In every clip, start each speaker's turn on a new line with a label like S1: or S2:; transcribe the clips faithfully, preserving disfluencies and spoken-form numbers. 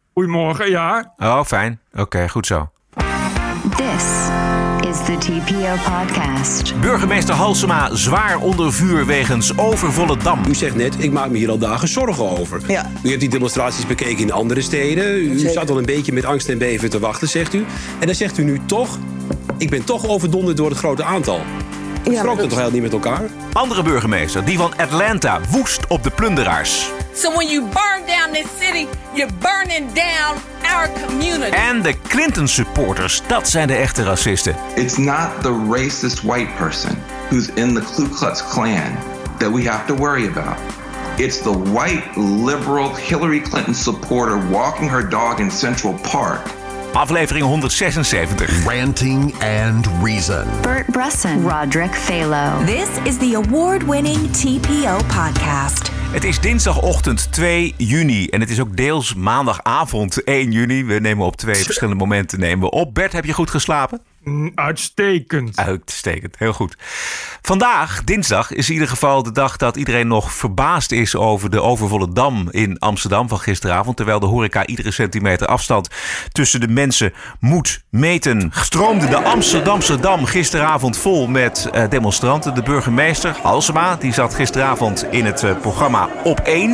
S1: Goedemorgen, ja.
S2: Oh, fijn. Oké, okay, goed zo.
S3: This is the T P O podcast.
S2: Burgemeester Halsema zwaar onder vuur wegens overvolle Dam.
S4: U zegt net, ik maak me hier al dagen zorgen over.
S5: Ja.
S4: U hebt die demonstraties bekeken in andere steden. U
S5: Zeker.
S4: zat al een beetje met angst en beven te wachten, zegt u. En dan zegt u nu toch, ik ben toch overdonderd door het grote aantal.
S5: Ja,
S4: Strookt
S5: dat...
S4: het toch heel niet met elkaar?
S2: Andere burgemeester, die van Atlanta, woest op de plunderaars.
S6: So when you burn down this city, you're burning down our community.
S2: En de Clinton-supporters, dat zijn de echte racisten.
S7: It's not the racist white person who's in the Ku Klux Klan that we have to worry about. It's the white, liberal Hillary Clinton supporter walking her dog in Central Park.
S2: Aflevering honderdzesenzeventig.
S8: Ranting and Reason.
S3: Bert Bresson, Roderick Phalo.
S9: This is the award-winning T P O podcast.
S2: Het is dinsdagochtend twee juni en het is ook deels maandagavond één juni. We nemen op twee verschillende momenten nemen we op. Bert, heb je goed geslapen?
S1: Uitstekend.
S2: Uitstekend, heel goed. Vandaag, dinsdag, is in ieder geval de dag dat iedereen nog verbaasd is over de overvolle Dam in Amsterdam van gisteravond. Terwijl de horeca iedere centimeter afstand tussen de mensen moet meten. Stroomde de Amsterdamse Dam gisteravond vol met uh, demonstranten. De burgemeester, Halsema, die zat gisteravond in het uh, programma Op één.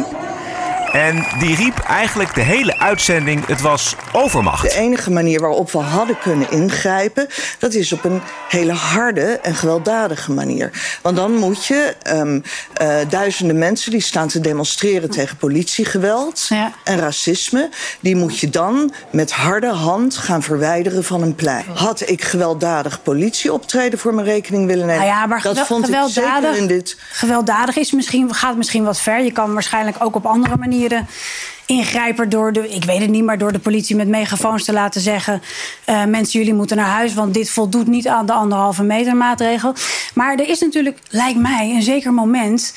S2: En die riep eigenlijk de hele uitzending, het was overmacht.
S5: De enige manier waarop we hadden kunnen ingrijpen, dat is op een hele harde en gewelddadige manier. Want dan moet je um, uh, duizenden mensen die staan te demonstreren tegen politiegeweld ja. en racisme, die moet je dan met harde hand gaan verwijderen van een plein. Had ik gewelddadig politieoptreden voor mijn rekening willen nemen?
S10: Nou ja, maar
S5: dat vond ik zeker in dit...
S10: Gewelddadig is misschien, gaat misschien wat ver. Je kan waarschijnlijk ook op andere manieren ingrijpen door de, ik weet het niet, maar door de politie met megafoons te laten zeggen, Uh, mensen, jullie moeten naar huis, want dit voldoet niet aan de anderhalve meter maatregel. Maar er is natuurlijk, lijkt mij, een zeker moment.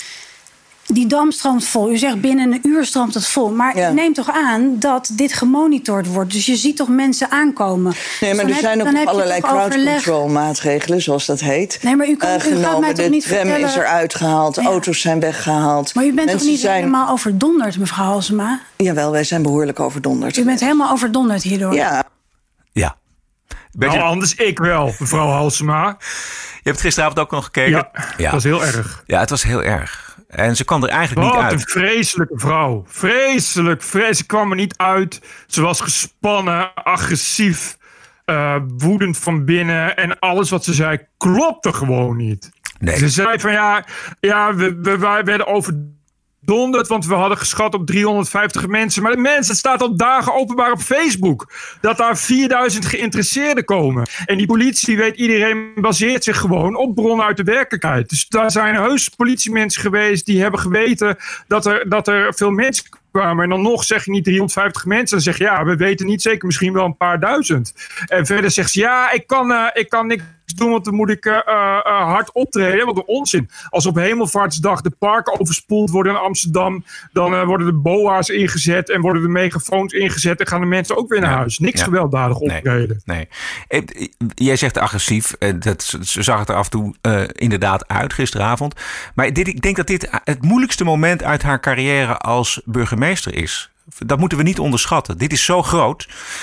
S10: Die Dam stroomt vol. U zegt binnen een uur stroomt het vol. Maar ja. neem toch aan dat dit gemonitord wordt. Dus je ziet toch mensen aankomen.
S5: Nee, maar
S10: dus
S5: er zijn
S10: heb,
S5: ook allerlei crowd
S10: overleg...
S5: control maatregelen, zoals dat heet.
S10: Nee, maar u, kan, uh, u gaat mij toch niet
S5: de tram
S10: vertellen...
S5: is eruit gehaald, ja. auto's zijn weggehaald.
S10: Maar u bent
S5: mensen
S10: toch niet
S5: zijn...
S10: helemaal overdonderd, mevrouw Halsema?
S5: Jawel, wij zijn behoorlijk overdonderd.
S10: U bent helemaal overdonderd hierdoor?
S5: Ja.
S2: Ja.
S1: Nou, je... anders ik wel, mevrouw Halsema.
S2: Je hebt gisteravond ook nog gekeken?
S1: Ja, ja, het was heel erg.
S2: Ja, het was heel erg. En ze kwam er eigenlijk
S1: Wat
S2: niet uit.
S1: Wat een vreselijke vrouw. Vreselijk, vreselijk. Ze kwam er niet uit. Ze was gespannen, agressief, uh, woedend van binnen. En alles wat ze zei klopte gewoon niet.
S2: Nee.
S1: Ze zei van ja, ja we, we, wij werden overdonderd, want we hadden geschat op driehonderdvijftig mensen. Maar de mensen, het staat al dagen openbaar op Facebook, dat daar vierduizend geïnteresseerden komen. En die politie, weet iedereen, baseert zich gewoon op bronnen uit de werkelijkheid. Dus daar zijn heus politiemensen geweest die hebben geweten dat er, dat er veel mensen kwamen. En dan nog zeg je niet driehonderdvijftig mensen. Dan zeg je ja, we weten niet zeker, misschien wel een paar duizend. En verder zegt ze ja, ik kan, uh, ik kan niks doen, want dan moet ik uh, uh, hard optreden. Wat een onzin. Als op Hemelvaartsdag de parken overspoeld worden in Amsterdam, dan uh, worden de boa's ingezet en worden de megafoons ingezet en gaan de mensen ook weer naar huis. Niks ja. gewelddadig optreden.
S2: Nee, nee. Jij zegt agressief. Dat, ze zag het er af en toe uh, inderdaad uit gisteravond. Maar dit, ik denk dat dit het moeilijkste moment uit haar carrière als burgemeester is. Dat moeten we niet onderschatten. Dit is zo groot.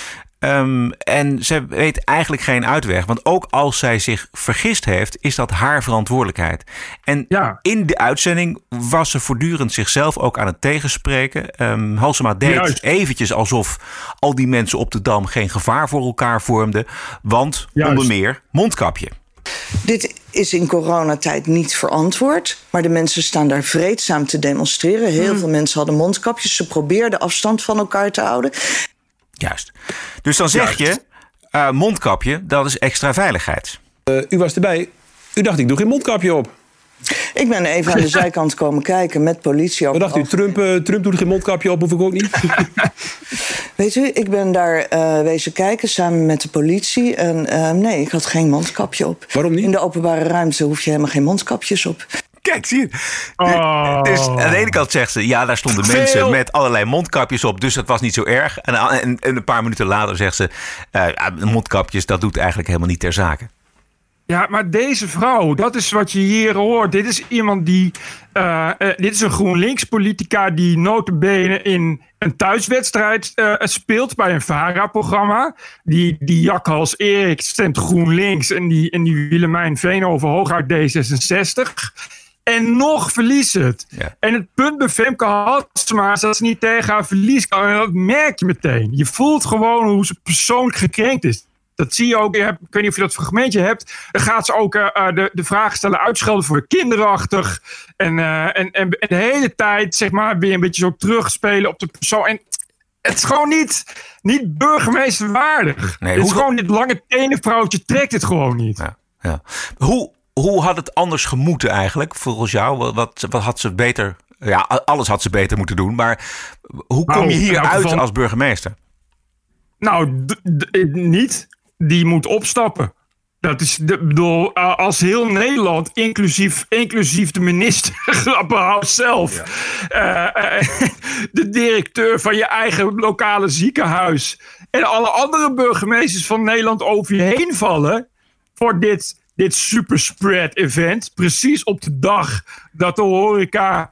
S2: Um, en ze weet eigenlijk geen uitweg. Want ook als zij zich vergist heeft, is dat haar verantwoordelijkheid. En ja. in de uitzending was ze voortdurend zichzelf ook aan het tegenspreken. Um, Halsema deed Juist. eventjes alsof al die mensen op de Dam geen gevaar voor elkaar vormden. Want Juist. onder meer mondkapje.
S5: Dit is in coronatijd niet verantwoord. Maar de mensen staan daar vreedzaam te demonstreren. Heel hmm. veel mensen hadden mondkapjes. Ze probeerden afstand van elkaar te houden.
S2: Juist. Dus dan zeg Juist. je, uh, mondkapje, dat is extra veiligheid.
S4: Uh, u was erbij. U dacht, ik doe geen mondkapje op.
S5: Ik ben even aan de zijkant komen kijken met politie.
S4: Wat dacht u, Trump, uh, Trump doet geen mondkapje op, hoef ik ook niet?
S5: Weet u, ik ben daar uh, wezen kijken samen met de politie. En uh, nee, ik had geen mondkapje op.
S4: Waarom niet?
S5: In de openbare ruimte hoef je helemaal geen mondkapjes op.
S2: Kijk, zie je.
S1: Oh.
S2: Dus aan de ene kant zegt ze, ja, daar stonden Veel. mensen met allerlei mondkapjes op, dus dat was niet zo erg. En, en, en een paar minuten later zegt ze, uh, mondkapjes, dat doet eigenlijk helemaal niet ter zake.
S1: Ja, maar deze vrouw, dat is wat je hier hoort. Dit is iemand die... Uh, uh, dit is een GroenLinks-politica die nota bene in een thuiswedstrijd uh, speelt bij een VARA-programma. Die, die Jakhals Erik stemt GroenLinks en die, en die Willemijn Veenhoven hooguit D zesenzestig. En nog verliest het. Ja. En het punt bij Femke Halsema is dat ze niet tegen haar verlies kan. En dat merk je meteen. Je voelt gewoon hoe ze persoonlijk gekrenkt is. Dat zie je ook. Ik weet niet of je dat fragmentje hebt. Dan gaat ze ook uh, de, de vraag stellen, uitschelden voor kinderachtig. En, uh, en, en, en de hele tijd zeg maar weer een beetje zo terugspelen op de persoon. En het is gewoon niet, niet burgemeesterwaardig. Nee, het is hoe... gewoon dit lange tenenvrouwtje trekt het gewoon niet.
S2: Ja, ja. Hoe, hoe had het anders gemoeten eigenlijk volgens jou? Wat, wat had ze beter... Ja, alles had ze beter moeten doen. Maar hoe kom nou, je hier uit geval... als burgemeester?
S1: Nou, d- d- niet... Die moet opstappen. Dat is, de, bedoel, als heel Nederland, inclusief, inclusief de minister Grapperhaus zelf, ja. uh, uh, de directeur van je eigen lokale ziekenhuis en alle andere burgemeesters van Nederland over je heen vallen voor dit, dit superspread event, precies op de dag dat de horeca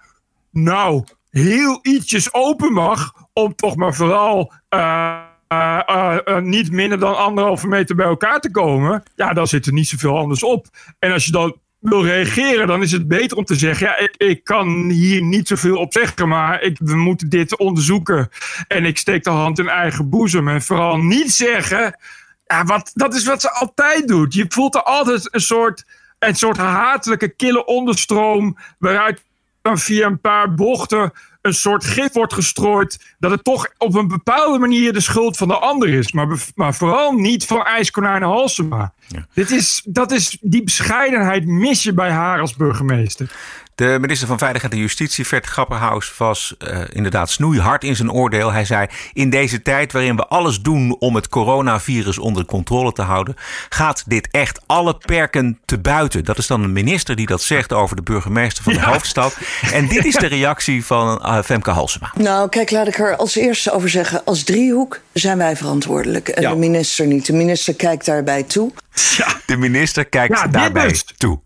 S1: nou heel ietsjes open mag, om toch maar vooral... Uh, Uh, uh, uh, niet minder dan anderhalve meter bij elkaar te komen, ja, dan zit er niet zoveel anders op. En als je dan wil reageren, dan is het beter om te zeggen, ja, ik, ik kan hier niet zoveel op zeggen, maar ik, we moeten dit onderzoeken. En ik steek de hand in eigen boezem. En vooral niet zeggen, ja, wat, dat is wat ze altijd doet. Je voelt er altijd een soort, een soort hatelijke, kille onderstroom, waaruit dan via een paar bochten een soort gif wordt gestrooid, dat het toch op een bepaalde manier de schuld van de ander is. Maar, maar vooral niet van IJskonijn Halsema. Ja. Dit is, dat is, die bescheidenheid mis je bij haar als burgemeester.
S2: De minister van Veiligheid en Justitie, Vert Grapperhaus, was uh, inderdaad snoeihard in zijn oordeel. Hij zei, in deze tijd waarin we alles doen om het coronavirus onder controle te houden, gaat dit echt alle perken te buiten. Dat is dan een minister die dat zegt over de burgemeester van de ja. hoofdstad. En dit is de reactie van uh, Femke Halsema.
S5: Nou, kijk, laat ik er als eerste over zeggen, als driehoek zijn wij verantwoordelijk. En ja. de minister niet. De minister kijkt daarbij toe.
S2: Ja, de minister kijkt ja, daarbij dus. toe.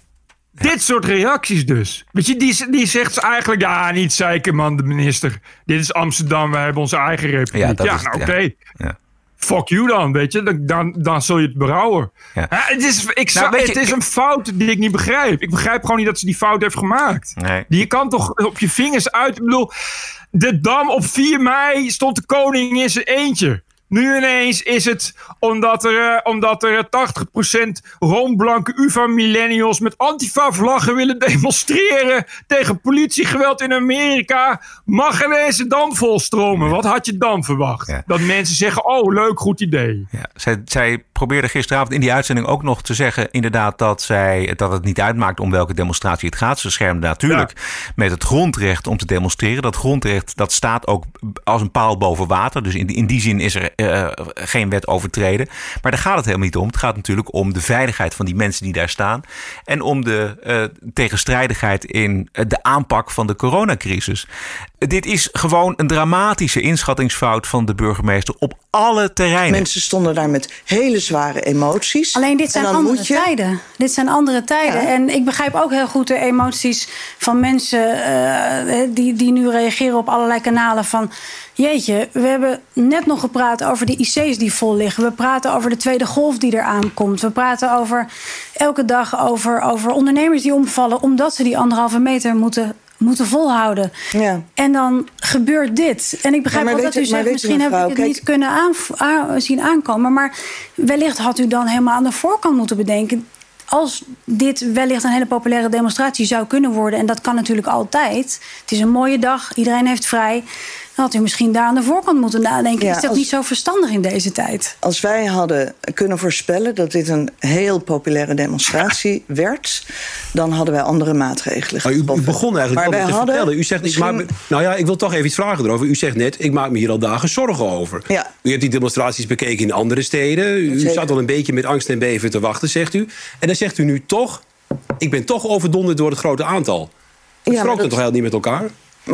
S1: Ja. Dit soort reacties dus. Weet je, die, die zegt ze eigenlijk, ja, niet zeiken man, de minister. Dit is Amsterdam, we hebben onze eigen republiek. Ja, ja nou oké. Okay. Ja. Fuck you dan, weet je. Dan, dan, dan zul je het berouwen. Ja. Ja, het is, ik nou, zou, het je, is een fout die ik niet begrijp. Ik begrijp gewoon niet dat ze die fout heeft gemaakt. Nee. Die, je kan toch op je vingers uit... Ik bedoel, de Dam op vier mei stond de koning in zijn eentje. Nu ineens is het omdat er, uh, omdat er tachtig procent roomblanke U vA millennials met antifa-vlaggen willen demonstreren tegen politiegeweld in Amerika. Mag ineens de Dam volstromen. Ja. Wat had je dan verwacht? Ja. Dat mensen zeggen, oh leuk, goed idee.
S2: Ja, zij, zij probeerde gisteravond in die uitzending ook nog te zeggen inderdaad dat, zij, dat het niet uitmaakt om welke demonstratie het gaat. Ze schermde natuurlijk ja. met het grondrecht om te demonstreren. Dat grondrecht dat staat ook als een paal boven water. Dus in, in die zin is er Uh, geen wet overtreden. Maar daar gaat het helemaal niet om. Het gaat natuurlijk om de veiligheid van die mensen die daar staan. En om de uh, tegenstrijdigheid in uh, de aanpak van de coronacrisis. Uh, dit is gewoon een dramatische inschattingsfout van de burgemeester op alle terreinen.
S5: Mensen stonden daar met hele zware emoties.
S10: Alleen dit zijn andere je... tijden. Dit zijn andere tijden. Ja. En ik begrijp ook heel goed de emoties van mensen uh, die, die nu reageren op allerlei kanalen van... Jeetje, we hebben net nog gepraat over de I C's die vol liggen. We praten over de tweede golf die eraan komt. We praten over elke dag over, over ondernemers die omvallen omdat ze die anderhalve meter moeten, moeten volhouden. Ja. En dan gebeurt dit. En ik begrijp ja, wel dat u zegt, misschien heb ik het kijk... niet kunnen aan, aan, zien aankomen. Maar wellicht had u dan helemaal aan de voorkant moeten bedenken. Als dit wellicht een hele populaire demonstratie zou kunnen worden... en dat kan natuurlijk altijd. Het is een mooie dag, iedereen heeft vrij. Dan had u misschien daar aan de voorkant moeten nadenken. Ja, is dat als, niet zo verstandig in deze tijd?
S5: Als wij hadden kunnen voorspellen dat dit een heel populaire demonstratie werd... dan hadden wij andere maatregelen
S4: getroffen. Nou, u, u begon eigenlijk wel te hadden, vertellen. U zegt, misschien... ik maak me, nou ja, ik wil toch even iets vragen erover. U zegt net, ik maak me hier al dagen zorgen over. Ja. U hebt die demonstraties bekeken in andere steden. U Zeker. zat al een beetje met angst en beven te wachten, zegt u. En dan zegt u nu toch... ik ben toch overdonderd door het grote aantal. We ja, stroken dat... toch heel niet met elkaar?
S5: Maar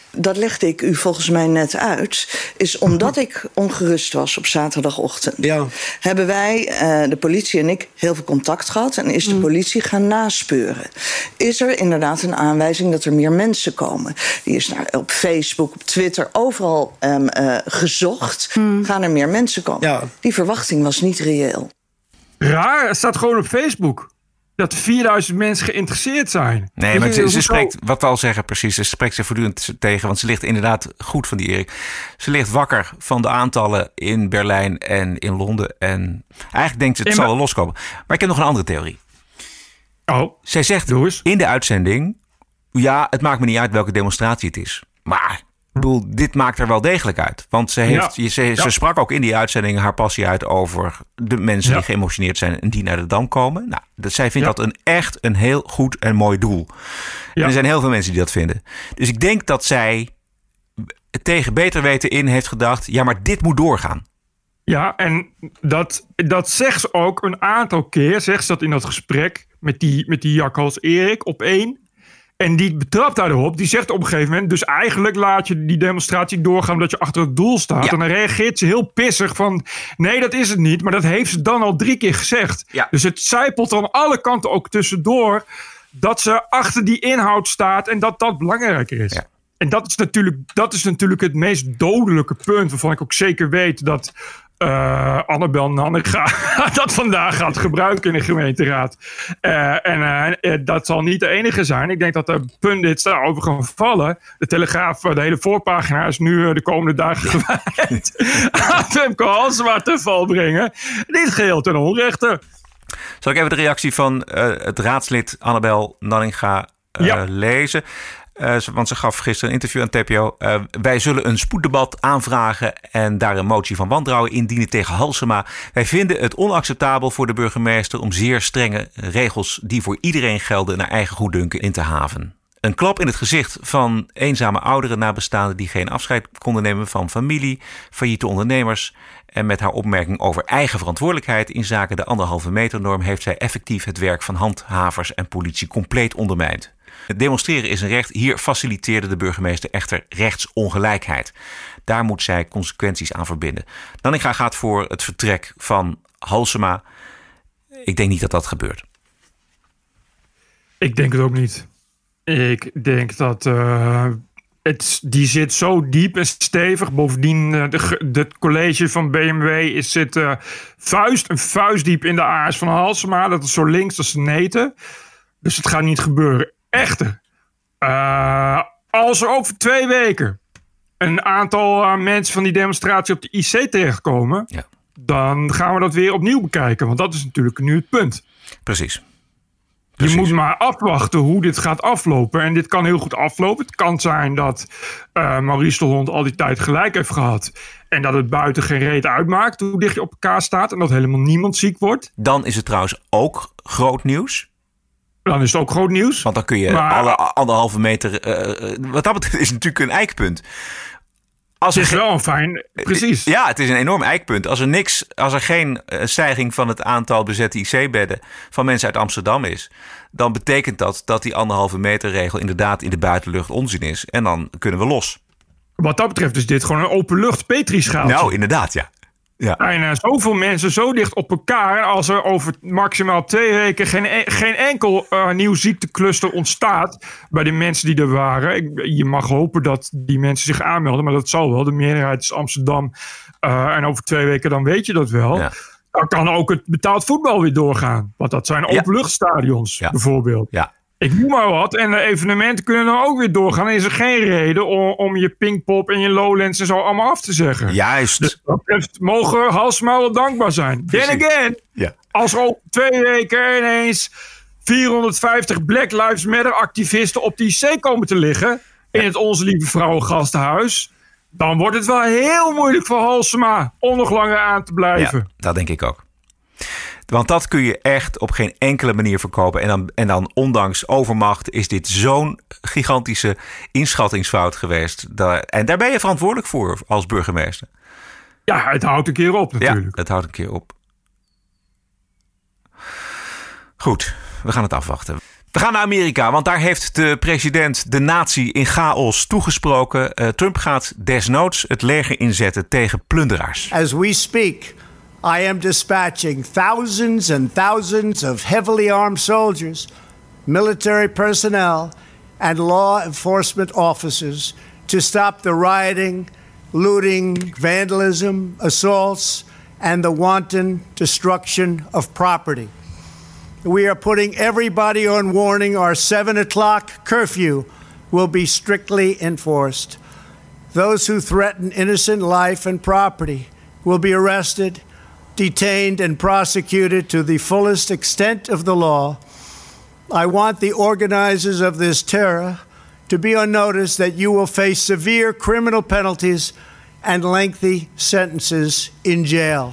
S5: dat legde ik u volgens mij net uit, is omdat ik ongerust was op zaterdagochtend. Ja. Hebben wij, uh, de politie en ik, heel veel contact gehad en is de politie gaan naspeuren. Is er inderdaad een aanwijzing dat er meer mensen komen? Die is naar, op Facebook, op Twitter, overal um, uh, gezocht. Mm. Gaan er meer mensen komen? Ja. Die verwachting was niet reëel.
S1: Raar, het staat gewoon op Facebook. Dat vierduizend mensen geïnteresseerd zijn.
S2: Nee, maar ze, ze spreekt, wat we al zeggen precies, ze spreekt ze voortdurend tegen. Want ze ligt inderdaad goed van die Erik. Ze ligt wakker van de aantallen in Berlijn en in Londen. En eigenlijk denkt ze, het zal wel loskomen. Maar ik heb nog een andere theorie.
S1: Oh,
S2: zij zegt in de uitzending, ja, het maakt me niet uit welke demonstratie het is. Maar ik bedoel, dit maakt er wel degelijk uit. Want ze, heeft, ja. ze, ze ja. sprak ook in die uitzending haar passie uit over de mensen ja. die geëmotioneerd zijn en die naar de Dam komen. Nou, dat, zij vindt ja. dat een echt een heel goed en mooi doel. Ja. En er zijn heel veel mensen die dat vinden. Dus ik denk dat zij tegen beter weten in heeft gedacht, ja, maar dit moet doorgaan.
S1: Ja, en dat, dat zegt ze ook een aantal keer, zegt ze dat in dat gesprek met die, met die jakhals Erik op één. En die betrapt daarop, die zegt op een gegeven moment, dus eigenlijk laat je die demonstratie doorgaan omdat je achter het doel staat. Ja. En dan reageert ze heel pissig van, nee, dat is het niet. Maar dat heeft ze dan al drie keer gezegd. Ja. Dus het zijpelt aan alle kanten ook tussendoor dat ze achter die inhoud staat en dat dat belangrijker is. Ja. En dat is, natuurlijk, dat is natuurlijk het meest dodelijke punt, waarvan ik ook zeker weet dat Uh, Annabel Nanninga dat vandaag gaat gebruiken in de gemeenteraad. Uh, en uh, dat zal niet de enige zijn. Ik denk dat er pundits daarover gaan vallen. De Telegraaf, de hele voorpagina is nu de komende dagen gewijd aan Femke Halsema te val brengen. Niet geheel ten onrechte.
S2: Zal ik even de reactie van uh, het raadslid Annabel Nanninga uh, ja. lezen? Uh, want ze gaf gisteren een interview aan T P O. Uh, wij zullen een spoeddebat aanvragen en daar een motie van wantrouwen indienen tegen Halsema. Wij vinden het onacceptabel voor de burgemeester om zeer strenge regels die voor iedereen gelden naar eigen goeddunken in te haven. Een klap in het gezicht van eenzame ouderen nabestaanden die geen afscheid konden nemen van familie, failliete ondernemers. En met haar opmerking over eigen verantwoordelijkheid in zaken de anderhalve meter norm heeft zij effectief het werk van handhavers en politie compleet ondermijnd. Het demonstreren is een recht. Hier faciliteerde de burgemeester echter rechtsongelijkheid. Daar moet zij consequenties aan verbinden. Nanninga gaat voor het vertrek van Halsema. Ik denk niet dat dat gebeurt.
S1: Ik denk het ook niet. Ik denk dat uh, het, die zit zo diep en stevig. Bovendien, uh, de, het college van B M W is, zit uh, vuist, een vuistdiep in de aars van Halsema. Dat is zo links als een neten. Dus het gaat niet gebeuren. Echter, uh, als er over twee weken een aantal uh, mensen van die demonstratie op de I C terechtkomen, ja. dan gaan we dat weer opnieuw bekijken. Want dat is natuurlijk nu het punt.
S2: Precies.
S1: Precies. Je moet maar afwachten hoe dit gaat aflopen. En dit kan heel goed aflopen. Het kan zijn dat uh, Maurice de Hond al die tijd gelijk heeft gehad. En dat het buiten geen reet uitmaakt hoe dicht je op elkaar staat. En dat helemaal niemand ziek wordt.
S2: Dan is het trouwens ook groot nieuws.
S1: Dan is het ook groot nieuws.
S2: Want dan kun je maar, alle anderhalve meter... Uh, wat dat betreft is het natuurlijk een eikpunt. Als
S1: het is wel een fijn... Precies.
S2: Ja, het is een enorm eikpunt. Als er, niks, als er geen stijging van het aantal bezette I C-bedden van mensen uit Amsterdam is, dan betekent dat dat die anderhalve meter regel inderdaad in de buitenlucht onzin is. En dan kunnen we los.
S1: Wat dat betreft is dit gewoon een openlucht Petrischaaltje.
S2: Nou, inderdaad, ja. Ja.
S1: En uh, zoveel mensen zo dicht op elkaar, als er over maximaal twee weken geen, geen enkel uh, nieuw ziektencluster ontstaat bij de mensen die er waren. Ik, je mag hopen dat die mensen zich aanmelden, maar dat zal wel. De meerderheid is Amsterdam. Uh, en over twee weken dan weet je dat wel. Ja. Dan kan ook het betaald voetbal weer doorgaan. Want dat zijn openluchtstadions ja. bijvoorbeeld. Ja. Ik noem maar wat. En de evenementen kunnen dan ook weer doorgaan. Dan is er geen reden om, om je Pinkpop en je Lowlands en zo allemaal af te zeggen.
S2: Juist.
S1: Dus dat betreft mogen Halsema wel dankbaar zijn. Then again, ja. als er over twee weken ineens vierhonderdvijftig Black Lives Matter activisten op de I C komen te liggen in het Onze Lieve Vrouwen Gastenhuis, dan wordt het wel heel moeilijk voor Halsema om nog langer aan te blijven.
S2: Ja, dat denk ik ook. Want dat kun je echt op geen enkele manier verkopen. En dan, en dan ondanks overmacht is dit zo'n gigantische inschattingsfout geweest. Daar, en daar ben je verantwoordelijk voor als burgemeester.
S1: Ja, het houdt een keer op natuurlijk.
S2: Ja, het houdt een keer op. Goed, we gaan het afwachten. We gaan naar Amerika, want daar heeft de president de natie in chaos toegesproken. Uh, Trump gaat desnoods het leger inzetten tegen plunderaars.
S11: As we speak, I am dispatching thousands and thousands of heavily armed soldiers, military personnel and law enforcement officers to stop the rioting, looting, vandalism, assaults and the wanton destruction of property. We are putting everybody on warning. Our seven o'clock curfew will be strictly enforced. Those who threaten innocent life and property will be arrested, detained, and prosecuted to the fullest extent of the law. I want the organizers of this terror to be on notice that you will face severe criminal penalties and lengthy sentences in jail.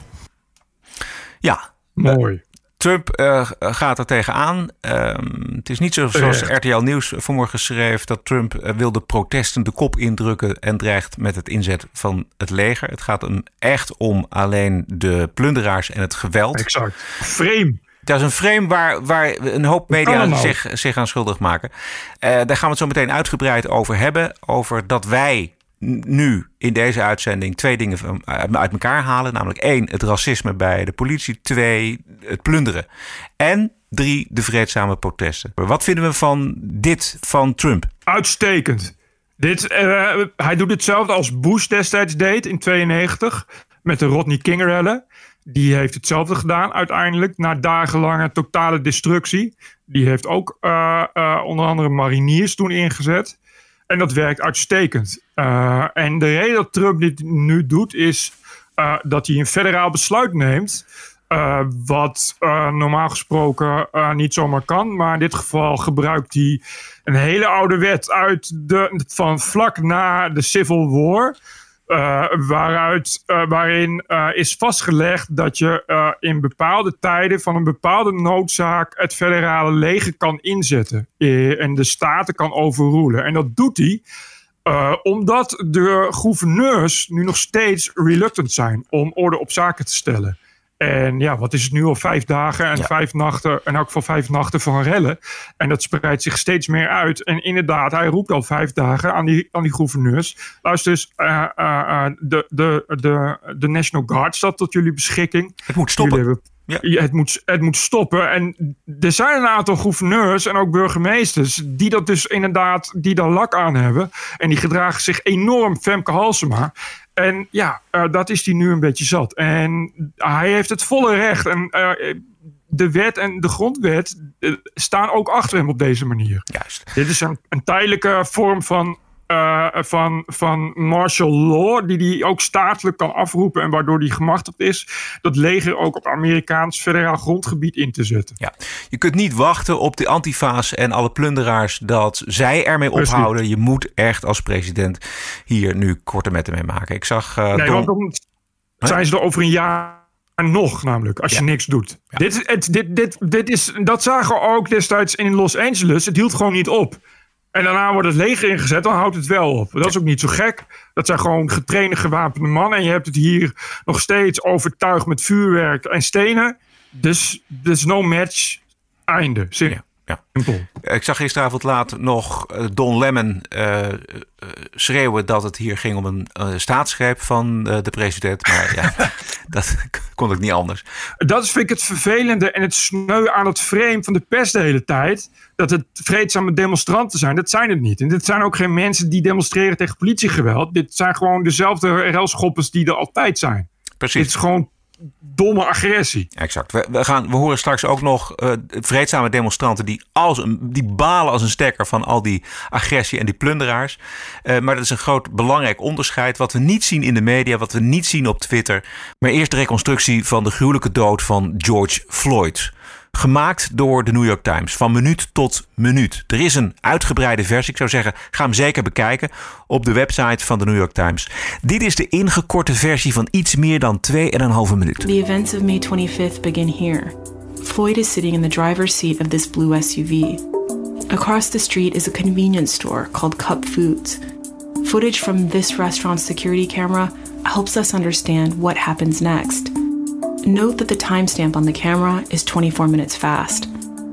S2: Ja,
S1: mooi.
S2: Trump uh, gaat er tegenaan. Uh, het is niet zo zoals R T L Nieuws vanmorgen schreef dat Trump uh, wil de protesten de kop indrukken en dreigt met het inzet van het leger. Het gaat hem echt om alleen de plunderaars en het geweld.
S1: Exact. Frame.
S2: Dat is een frame waar, waar een hoop media zich, zich aan schuldig maken. Uh, daar gaan we het zo meteen uitgebreid over hebben. Over dat wij nu in deze uitzending twee dingen uit elkaar halen. Namelijk één, het racisme bij de politie. Twee, het plunderen. En drie, de vreedzame protesten. Wat vinden we van dit van Trump?
S1: Uitstekend. Dit, uh, hij doet hetzelfde als Bush destijds deed in tweeënnegentig met de Rodney King-rellen. Die heeft hetzelfde gedaan uiteindelijk na dagenlange totale destructie. Die heeft ook uh, uh, onder andere mariniers toen ingezet. En dat werkt uitstekend. Uh, en de reden dat Trump dit nu doet is uh, dat hij een federaal besluit neemt. Uh, wat uh, normaal gesproken uh, niet zomaar kan. Maar in dit geval gebruikt hij een hele oude wet uit de, van vlak na de Civil War. Uh, waaruit, uh, waarin uh, is vastgelegd dat je uh, in bepaalde tijden van een bepaalde noodzaak het federale leger kan inzetten. Uh, en de staten kan overrulen. En dat doet hij uh, omdat de gouverneurs nu nog steeds reluctant zijn om orde op zaken te stellen. En ja, wat is het nu al? Vijf dagen en ja. vijf nachten, en ook voor vijf nachten van rellen. En dat spreidt zich steeds meer uit. En inderdaad, hij roept al vijf dagen aan die, aan die gouverneurs. Luister eens, uh, uh, de, de, de, de National Guard staat tot jullie beschikking.
S2: Het moet stoppen.
S1: Hebben, ja. het, moet, het moet stoppen. En er zijn een aantal gouverneurs en ook burgemeesters die dat dus inderdaad, die daar lak aan hebben. En die gedragen zich enorm Femke Halsema. En ja, uh, dat is hij nu een beetje zat. En hij heeft het volle recht. En uh, de wet en de grondwet uh, staan ook achter hem op deze manier.
S2: Juist.
S1: Dit is een, een tijdelijke vorm van, uh, van, van martial law, die hij ook statelijk kan afroepen en waardoor hij gemachtigd is dat leger ook op Amerikaans federaal grondgebied in te zetten.
S2: Ja. Je kunt niet wachten op de antifa's en alle plunderaars dat zij ermee ophouden. Precies. Je moet echt als president hier nu korte metten mee maken. Ik zag... Uh,
S1: nee,
S2: Don...
S1: want dan zijn ze er over een jaar nog, namelijk, als ja. je niks doet. Ja. Dit, het, dit, dit, dit is, dat zagen we ook destijds in Los Angeles. Het hield gewoon niet op. En daarna wordt het leger ingezet, dan houdt het wel op. Dat is ook niet zo gek. Dat zijn gewoon getrainde, gewapende mannen. En je hebt het hier nog steeds overtuigd met vuurwerk en stenen. Dus, dus no match. Einde. Simpel.
S2: Ja. Ja. Ik zag gisteravond laat nog Don Lemon uh, uh, schreeuwen dat het hier ging om een uh, staatsgreep van uh, de president. Maar ja, dat kon ik niet anders.
S1: Dat is, vind ik, het vervelende en het sneu aan het frame van de pers de hele tijd. Dat het vreedzame demonstranten zijn. Dat zijn het niet. En dit zijn ook geen mensen die demonstreren tegen politiegeweld. Dit zijn gewoon dezelfde relschoppers die er altijd zijn.
S2: Precies.
S1: Dit is gewoon domme agressie.
S2: Exact. We, we, gaan, we horen straks ook nog uh, vreedzame demonstranten die, als een, die balen als een stekker van al die agressie en die plunderaars. Uh, maar dat is een groot belangrijk onderscheid. Wat we niet zien in de media, wat we niet zien op Twitter. Maar eerst de reconstructie van de gruwelijke dood van George Floyd. Gemaakt door de New York Times. Van minuut tot minuut. Er is een uitgebreide versie. Ik zou zeggen, ga hem zeker bekijken op de website van de New York Times. Dit is de ingekorte versie van iets meer dan twee en een halve minuut.
S12: The events of May twenty-fifth begin here. Floyd is sitting in the driver's seat of this blue S U V. Across the street is a convenience store called Cup Foods. Footage from this restaurant's security camera helps us understand what happens next. Note that the timestamp on the camera is twenty-four minutes fast.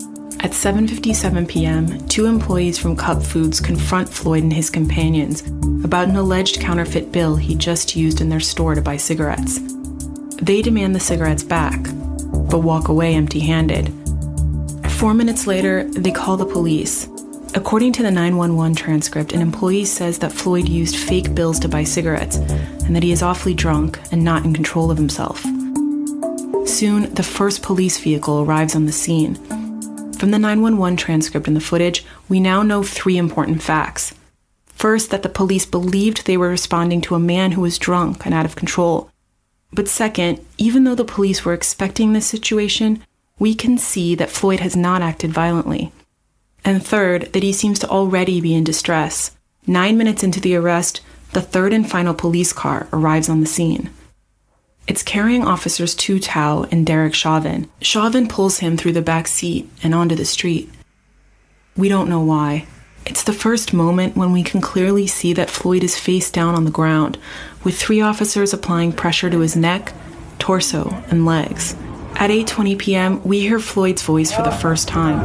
S12: At seven fifty-seven p.m., two employees from Cup Foods confront Floyd and his companions about an alleged counterfeit bill he just used in their store to buy cigarettes. They demand the cigarettes back, but walk away empty-handed. Four minutes later, they call the police. According to the nine one one transcript, an employee says that Floyd used fake bills to buy cigarettes and that he is awfully drunk and not in control of himself. Soon, the first police vehicle arrives on the scene. From the nine one one transcript and the footage, we now know three important facts. First, that the police believed they were responding to a man who was drunk and out of control. But second, even though the police were expecting this situation, we can see that Floyd has not acted violently. And third, that he seems to already be in distress. Nine minutes into the arrest, the third and final police car arrives on the scene. It's carrying officers Tu Tao and Derek Chauvin. Chauvin pulls him through the back seat and onto the street. We don't know why. It's the first moment when we can clearly see that Floyd is face down on the ground, with three officers applying pressure to his neck, torso, and legs. At eight twenty p.m., we hear Floyd's voice for the first time.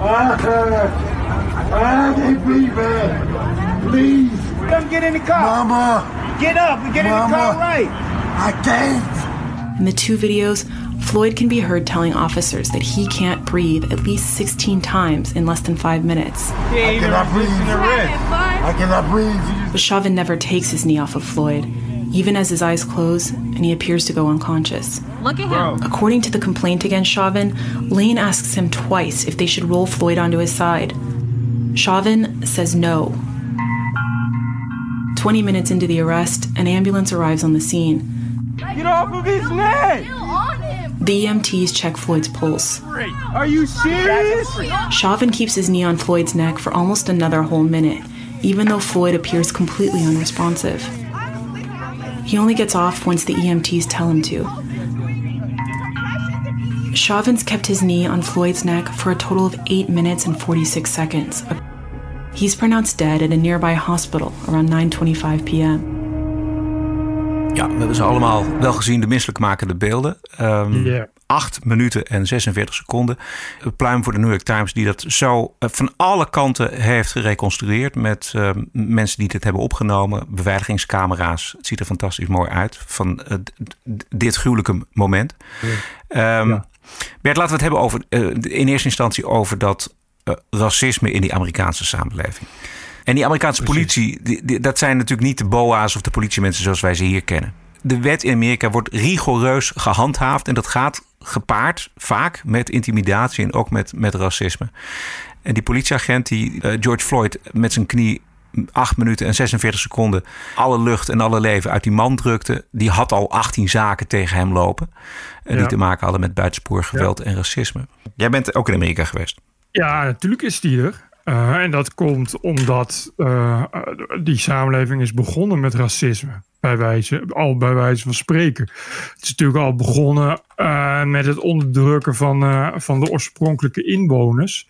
S13: Please. Come get in the car. Mama. Get up and get Mama. in the car right. I can't.
S12: In the two videos, Floyd can be heard telling officers that he can't breathe at least sixteen times in less than five minutes.
S13: I cannot breathe. I cannot breathe.
S12: But Chauvin never takes his knee off of Floyd, even as his eyes close and he appears to go unconscious.
S6: Look at him.
S12: According to the complaint against Chauvin, Lane asks him twice if they should roll Floyd onto his side. Chauvin says no. Twenty minutes into the arrest, an ambulance arrives on the scene.
S13: Get off of his neck!
S12: The E M Ts check Floyd's pulse.
S13: Are you serious?
S12: Chauvin keeps his knee on Floyd's neck for almost another whole minute, even though Floyd appears completely unresponsive. He only gets off once the E M Ts tell him to. Chauvin's kept his knee on Floyd's neck for a total of eight minutes and forty-six seconds. He's pronounced dead at a nearby hospital around nine twenty-five p.m.
S2: Ja, we hebben ze allemaal wel gezien, de misselijkmakende beelden. Um, yeah. acht minuten en zesenveertig seconden. Een pluim voor de New York Times die dat zo uh, van alle kanten heeft gereconstrueerd. Met uh, mensen die dit hebben opgenomen. Beveiligingscamera's. Het ziet er fantastisch mooi uit. Van uh, d- d- dit gruwelijke moment. Yeah. Um, ja. Bert, laten we het hebben over, uh, in eerste instantie over dat uh, racisme in die Amerikaanse samenleving. En die Amerikaanse Precies. politie, die, die, dat zijn natuurlijk niet de B O A's of de politiemensen zoals wij ze hier kennen. De wet in Amerika wordt rigoureus gehandhaafd en dat gaat gepaard vaak met intimidatie en ook met, met racisme. En die politieagent die uh, George Floyd met zijn knie acht minuten en zesenveertig seconden alle lucht en alle leven uit die man drukte, die had al achttien zaken tegen hem lopen. Ja. Die te maken hadden met buitensporig geweld ja. en racisme. Jij bent ook in Amerika geweest.
S1: Ja, natuurlijk is die er. Uh, en dat komt omdat uh, die samenleving is begonnen met racisme. Bij wijze, al bij wijze van spreken. Het is natuurlijk al begonnen uh, met het onderdrukken van, uh, van de oorspronkelijke inwoners.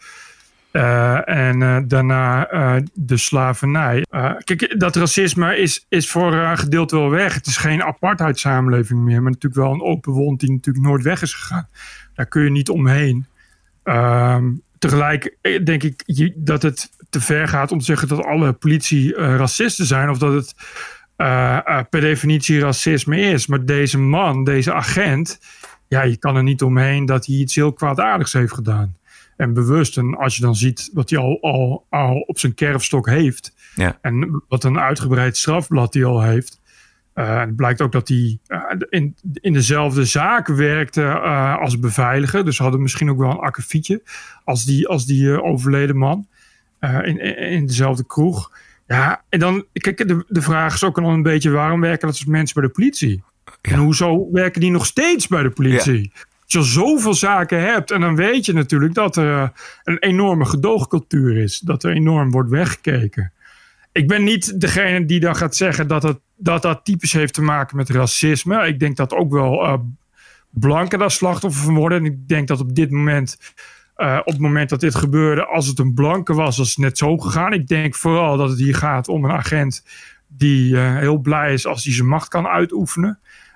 S1: Uh, en uh, daarna uh, de slavernij. Uh, kijk, dat racisme is, is voor een gedeelte wel weg. Het is geen apartheidssamenleving meer. Maar natuurlijk wel een open wond die natuurlijk nooit weg is gegaan. Daar kun je niet omheen. Uh, Tegelijk denk ik dat het te ver gaat om te zeggen dat alle politie uh, racisten zijn. Of dat het uh, uh, per definitie racisme is. Maar deze man, deze agent, ja, je kan er niet omheen dat hij iets heel kwaadaardigs heeft gedaan. En bewust. En als je dan ziet wat hij al, al, al op zijn kerfstok heeft. Ja. En wat een uitgebreid strafblad hij al heeft. Uh, het blijkt ook dat hij uh, in, in dezelfde zaak werkte uh, als beveiliger. Dus hadden misschien ook wel een akkefietje als die, als die uh, overleden man. Uh, in, in dezelfde kroeg. Ja, en dan, kijk, de, de vraag is ook al een beetje, waarom werken dat soort mensen bij de politie? Ja. En hoezo werken die nog steeds bij de politie? Ja. Als je al zoveel zaken hebt, en dan weet je natuurlijk dat er uh, een enorme gedoogcultuur is. Dat er enorm wordt weggekeken. Ik ben niet degene die dan gaat zeggen dat het, dat, dat typisch heeft te maken met racisme. Ik denk dat ook wel uh, blanken daar slachtoffer van worden. En ik denk dat op dit moment, uh, op het moment dat dit gebeurde, als het een blanke was, was het net zo gegaan. Ik denk vooral dat het hier gaat om een agent die uh, heel blij is als hij zijn macht kan uitoefenen.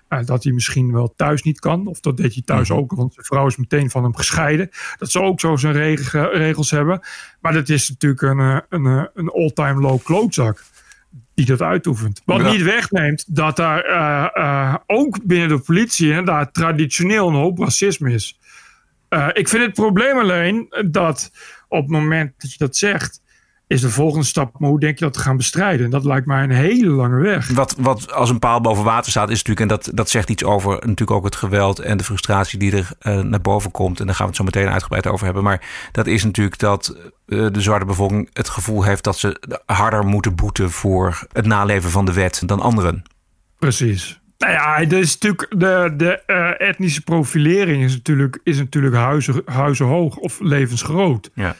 S1: Uh, dat hij misschien wel thuis niet kan. Of dat deed hij thuis ook. Want zijn vrouw is meteen van hem gescheiden. Dat ze ook zo zijn reg- regels hebben. Maar dat is natuurlijk een, een, een all-time low klootzak. Die dat uitoefent. Wat ja. niet wegneemt dat daar uh, uh, ook binnen de politie inderdaad traditioneel een hoop racisme is. Uh, ik vind het probleem alleen dat op het moment dat je dat zegt, is de volgende stap, maar hoe denk je dat te gaan bestrijden? En dat lijkt mij een hele lange weg.
S2: Wat, wat als een paal boven water staat, is natuurlijk, en dat, dat zegt iets over natuurlijk ook het geweld en de frustratie die er uh, naar boven komt. En daar gaan we het zo meteen uitgebreid over hebben. Maar dat is natuurlijk dat uh, de zwarte bevolking het gevoel heeft dat ze harder moeten boeten voor het naleven van de wet dan anderen.
S1: Precies. Nou ja, dat is natuurlijk de, de uh, etnische profilering is natuurlijk, is natuurlijk huizen, huizenhoog of levensgroot.
S2: Ja.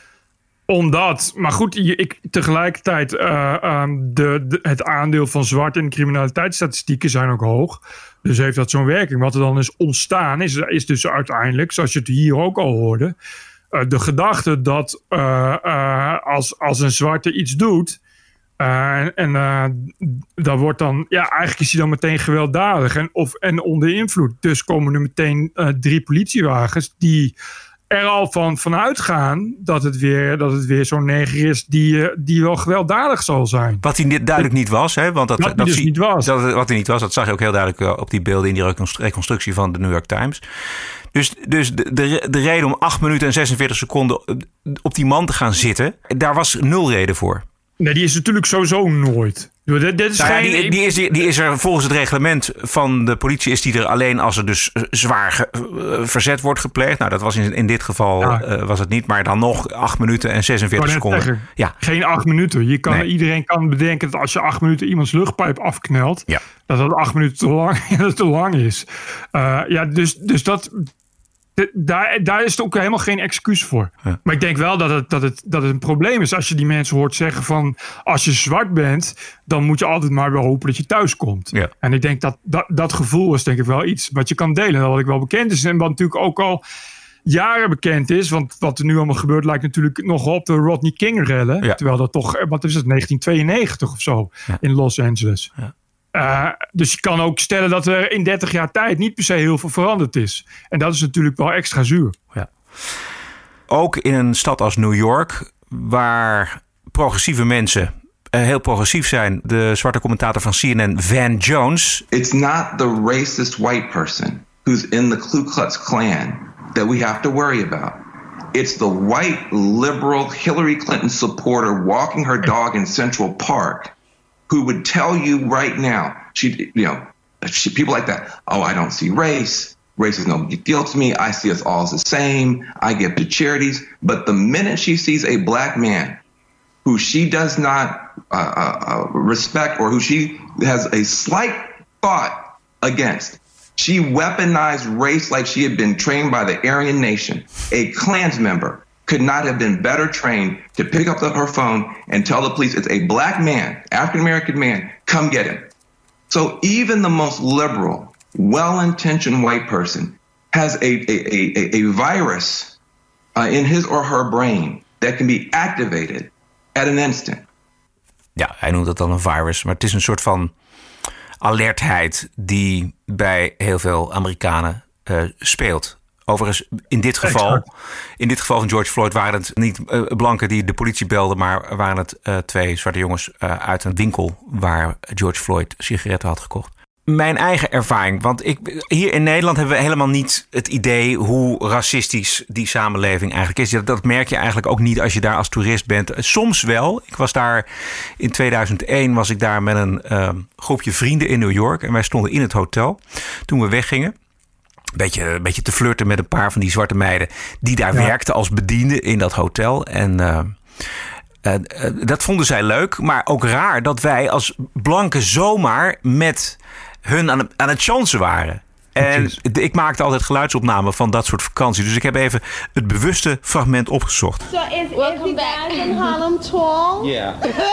S1: Omdat, maar goed, ik, tegelijkertijd uh, um, de, de, het aandeel van zwart in de criminaliteitsstatistieken zijn ook hoog. Dus heeft dat zo'n werking. Wat er dan is ontstaan is, is dus uiteindelijk, zoals je het hier ook al hoorde, uh, de gedachte dat uh, uh, als, als een zwarte iets doet, Uh, en uh, dat wordt dan, ja, eigenlijk is hij dan meteen gewelddadig en, of, en onder invloed. Dus komen er meteen uh, drie politiewagens die er al van vanuit gaan dat het weer, dat het weer zo'n neger is die, uh, die wel gewelddadig zal zijn.
S2: Wat hij niet, duidelijk niet was, hè? Want dat,
S1: dat,
S2: dat,
S1: dat dus
S2: zie,
S1: niet was.
S2: Dat, wat hij niet was, dat zag je ook heel duidelijk op die beelden in die reconstructie van de New York Times. Dus, dus de, de, de reden om acht minuten en zesenveertig seconden op die man te gaan zitten, daar was nul reden voor.
S1: Nee, die is natuurlijk sowieso nooit. Dit, dit is
S2: nou ja,
S1: geen...
S2: die, die, is, die is er volgens het reglement van de politie is die er alleen als er dus zwaar ge, uh, verzet wordt gepleegd. Nou, dat was in, in dit geval ja. uh, was het niet, maar dan nog acht minuten en zesenveertig seconden.
S1: Ja. Geen acht minuten. Je kan, nee. Iedereen kan bedenken dat als je acht minuten iemands luchtpijp afknelt,
S2: ja.
S1: dat dat acht minuten te lang, te lang is. Uh, ja, dus, dus dat... Daar, daar is het ook helemaal geen excuus voor. Ja. Maar ik denk wel dat het, dat, het, dat het een probleem is als je die mensen hoort zeggen van als je zwart bent, dan moet je altijd maar wel hopen dat je thuis komt.
S2: Ja.
S1: En ik denk dat, dat dat gevoel is denk ik wel iets wat je kan delen. Wat ik wel bekend is en wat natuurlijk ook al jaren bekend is. Want wat er nu allemaal gebeurt lijkt natuurlijk nog op de Rodney King rellen. Ja. Terwijl dat toch, wat is het, negentien tweeënnegentig of zo ja. in Los Angeles.
S2: Ja.
S1: Uh, dus je kan ook stellen dat er in dertig jaar tijd niet per se heel veel veranderd is. En dat is natuurlijk wel extra zuur.
S2: Ja. Ook in een stad als New York, waar progressieve mensen uh, heel progressief zijn. De zwarte commentator van C N N, Van Jones.
S7: It's not the racist white person who's in the Ku Klux Klan that we have to worry about. It's the white liberal Hillary Clinton supporter walking her dog in Central Park who would tell you right now, she, you know, she, people like that, oh, I don't see race. Race is no big deal to me. I see us all as the same. I give to charities. But the minute she sees a black man who she does not uh, uh, respect or who she has a slight thought against, she weaponized race like she had been trained by the Aryan Nation. A Klans member could not have been better trained to pick up her phone and tell the police it's a black man, African-American man, come get him. So even the most liberal, well-intentioned white person has a, a, a, a virus uh, in his or her brain that can be activated at an instant.
S2: Ja, hij noemt dat dan een virus, maar het is een soort van alertheid die bij heel veel Amerikanen uh, speelt. Overigens, in dit geval, in dit geval van George Floyd waren het niet uh, blanken die de politie belden, maar waren het uh, twee zwarte jongens uh, uit een winkel waar George Floyd sigaretten had gekocht. Mijn eigen ervaring, want ik, hier in Nederland hebben we helemaal niet het idee hoe racistisch die samenleving eigenlijk is. Dat merk je eigenlijk ook niet als je daar als toerist bent. Soms wel. Ik was daar in tweeduizend één was ik daar met een uh, groepje vrienden in New York en wij stonden in het hotel toen we weggingen. Een beetje, een beetje te flirten met een paar van die zwarte meiden die daar ja. werkten als bedienden in dat hotel. En uh, uh, uh, dat vonden zij leuk, maar ook raar dat wij als blanken zomaar met hun aan, aan het chansen waren. En ik maakte altijd geluidsopnamen van dat soort vakanties. Dus ik heb even het bewuste fragment opgezocht.
S14: So is, is the guys in Harlem tall?
S15: Yeah.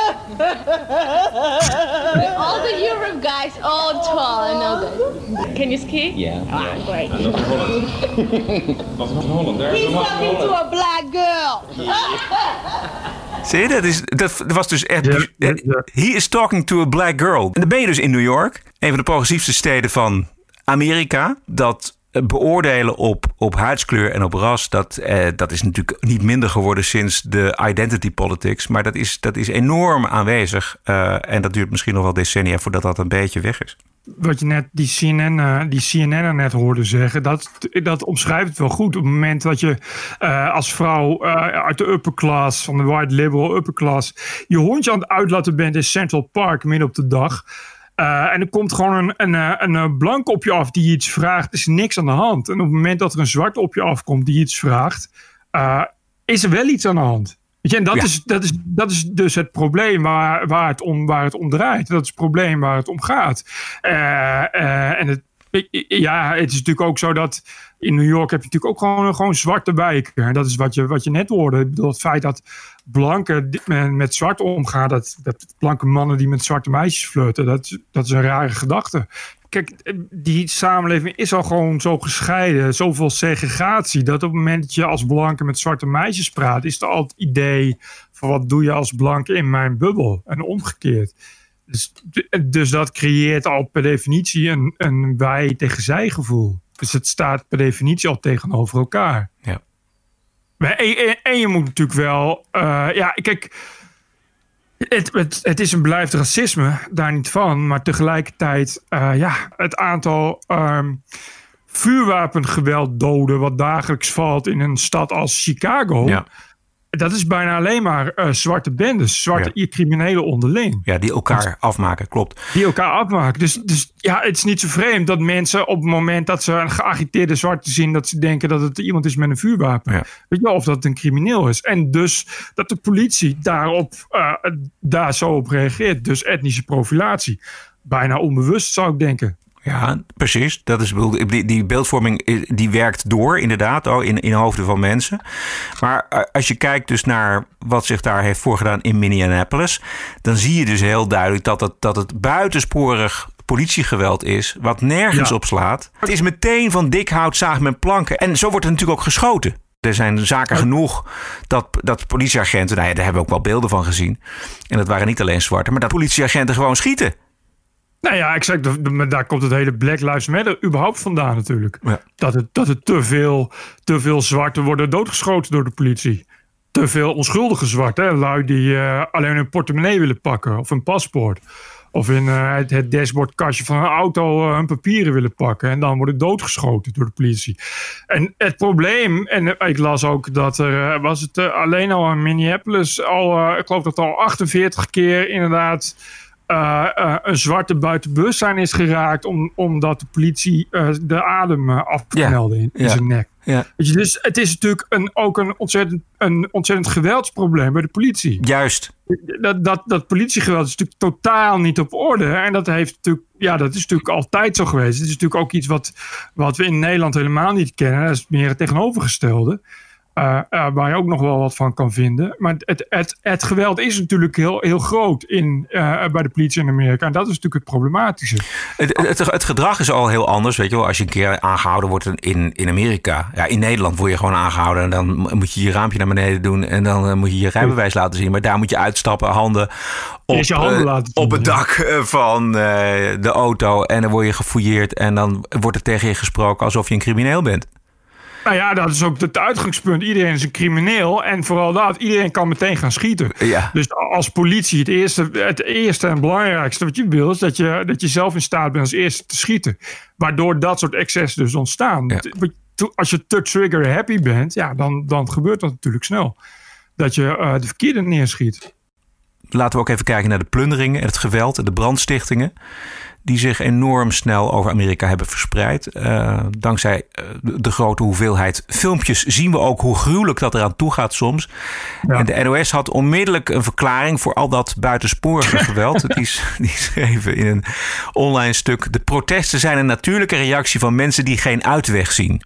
S14: All the Europe guys, all tall. I know that. Can you ski?
S15: Yeah.
S14: Ah,
S15: yeah.
S14: great.
S15: I'm not from Holland. Not from Holland. There's
S14: He's talking to a black girl.
S2: Zie je, dat, is, dat was dus echt... Yeah, yeah, yeah. He is talking to a black girl. En dan ben je dus in New York. Een van de progressiefste steden van Amerika. Dat beoordelen op, op huidskleur en op ras, dat, eh, dat is natuurlijk niet minder geworden sinds de identity politics. Maar dat is, dat is enorm aanwezig. Uh, en dat duurt misschien nog wel decennia voordat dat een beetje weg is.
S1: Wat je net, die C N N, uh, die C N N er net hoorde zeggen, dat, dat omschrijft het wel goed. Op het moment dat je uh, als vrouw uh, uit de upper class, van de white liberal upper class, je hondje aan het uitlaten bent in Central Park midden op de dag. Uh, en er komt gewoon een, een, een, een blank op je af die iets vraagt, is niks aan de hand. En op het moment dat er een zwart op je afkomt die iets vraagt, uh, is er wel iets aan de hand. Weet je, en dat, ja. is, dat, is, dat is dus het probleem waar, waar, het om, waar het om draait. Dat is het probleem waar het om gaat. Uh, uh, en het, ja, het is natuurlijk ook zo dat in New York heb je natuurlijk ook gewoon, gewoon zwarte wijken. En dat is wat je, wat je net hoorde. Ik bedoel, het feit dat blanken met, met zwart omgaan, dat, dat blanke mannen die met zwarte meisjes flirten, dat, dat is een rare gedachte. Kijk, die samenleving is al gewoon zo gescheiden, zoveel segregatie, dat op het moment dat je als blanke met zwarte meisjes praat, is er al het idee van wat doe je als blanke in mijn bubbel en omgekeerd. Dus, dus dat creëert al per definitie een, een wij tegen zij gevoel. Dus het staat per definitie al tegenover elkaar.
S2: Ja.
S1: En, en, en je moet natuurlijk wel, uh, ja, kijk, Het, het, het is en blijft racisme, daar niet van. Maar tegelijkertijd, uh, ja, het aantal um, vuurwapengewelddoden wat dagelijks valt in een stad als Chicago, ja. Dat is bijna alleen maar uh, zwarte bendes, zwarte ja. criminelen onderling.
S2: Ja, die elkaar dus, afmaken, klopt.
S1: Die elkaar afmaken. Dus, dus ja, het is niet zo vreemd dat mensen op het moment dat ze een geagiteerde zwarte zien, dat ze denken dat het iemand is met een vuurwapen. Ja. Weet je wel, of dat het een crimineel is. En dus dat de politie daarop, uh, daar zo op reageert. Dus etnische profilatie. Bijna onbewust, zou ik denken.
S2: Ja, precies. Dat is, die, die beeldvorming die werkt door, inderdaad, oh, in, in hoofden van mensen. Maar als je kijkt dus naar wat zich daar heeft voorgedaan in Minneapolis, dan zie je dus heel duidelijk dat het, dat het buitensporig politiegeweld is, wat nergens ja. op slaat. Het is meteen van dik hout zagen met planken. En zo wordt er natuurlijk ook geschoten. Er zijn zaken genoeg dat, dat politieagenten, nou ja, daar hebben we ook wel beelden van gezien. En dat waren niet alleen zwarte, maar dat politieagenten gewoon schieten.
S1: Nou ja, exact. Daar komt het hele Black Lives Matter überhaupt vandaan natuurlijk. Ja. Dat het, dat het te veel, te veel zwarten worden doodgeschoten door de politie. Te veel onschuldige zwarten. Hè? Lui die uh, alleen een portemonnee willen pakken of een paspoort. Of in uh, het, het dashboardkastje van een auto uh, hun papieren willen pakken. En dan worden doodgeschoten door de politie. En het probleem, en uh, ik las ook dat er, uh, was het uh, alleen al in Minneapolis, al, uh, ik geloof dat al achtenveertig keer inderdaad Uh, uh, een zwarte buiten bewustzijn is geraakt om, omdat de politie uh, de adem uh, afknelde ja. in, in ja. zijn nek. Ja. Weet je, dus het is natuurlijk een, ook een ontzettend, een ontzettend geweldsprobleem bij de politie.
S2: Juist.
S1: Dat, dat, dat politiegeweld is natuurlijk totaal niet op orde. En dat, heeft natuurlijk, ja, dat is natuurlijk altijd zo geweest. Het is natuurlijk ook iets wat, wat we in Nederland helemaal niet kennen. Dat is meer het tegenovergestelde. Uh, uh, waar je ook nog wel wat van kan vinden. Maar het, het, het geweld is natuurlijk heel, heel groot in, uh, bij de politie in Amerika. En dat is natuurlijk het problematische.
S2: Het, het, het gedrag is al heel anders. Weet je wel, als je een keer aangehouden wordt in, in Amerika. Ja, in Nederland word je gewoon aangehouden. En dan moet je je raampje naar beneden doen. En dan uh, moet je je rijbewijs laten zien. Maar daar moet je uitstappen, handen op,
S1: je handen
S2: uh,
S1: laten zien,
S2: op het dak van uh, de auto. En dan word je gefouilleerd. En dan wordt er tegen je gesproken alsof je een crimineel bent.
S1: Nou ja, dat is ook het uitgangspunt. Iedereen is een crimineel. En vooral dat, iedereen kan meteen gaan schieten. Ja. Dus als politie, het eerste, het eerste en belangrijkste wat je wil, is dat je, dat je zelf in staat bent als eerste te schieten. Waardoor dat soort excessen dus ontstaan. Ja. Als je te trigger happy bent, ja, dan, dan gebeurt dat natuurlijk snel. Dat je uh, de verkeerde neerschiet.
S2: Laten we ook even kijken naar de plunderingen en het geweld en de brandstichtingen die zich enorm snel over Amerika hebben verspreid. Uh, dankzij uh, de grote hoeveelheid filmpjes zien we ook hoe gruwelijk dat eraan toe gaat soms. Ja. En de N O S had onmiddellijk een verklaring voor al dat buitensporige geweld. Die, die schreven in een online stuk: de protesten zijn een natuurlijke reactie van mensen die geen uitweg zien.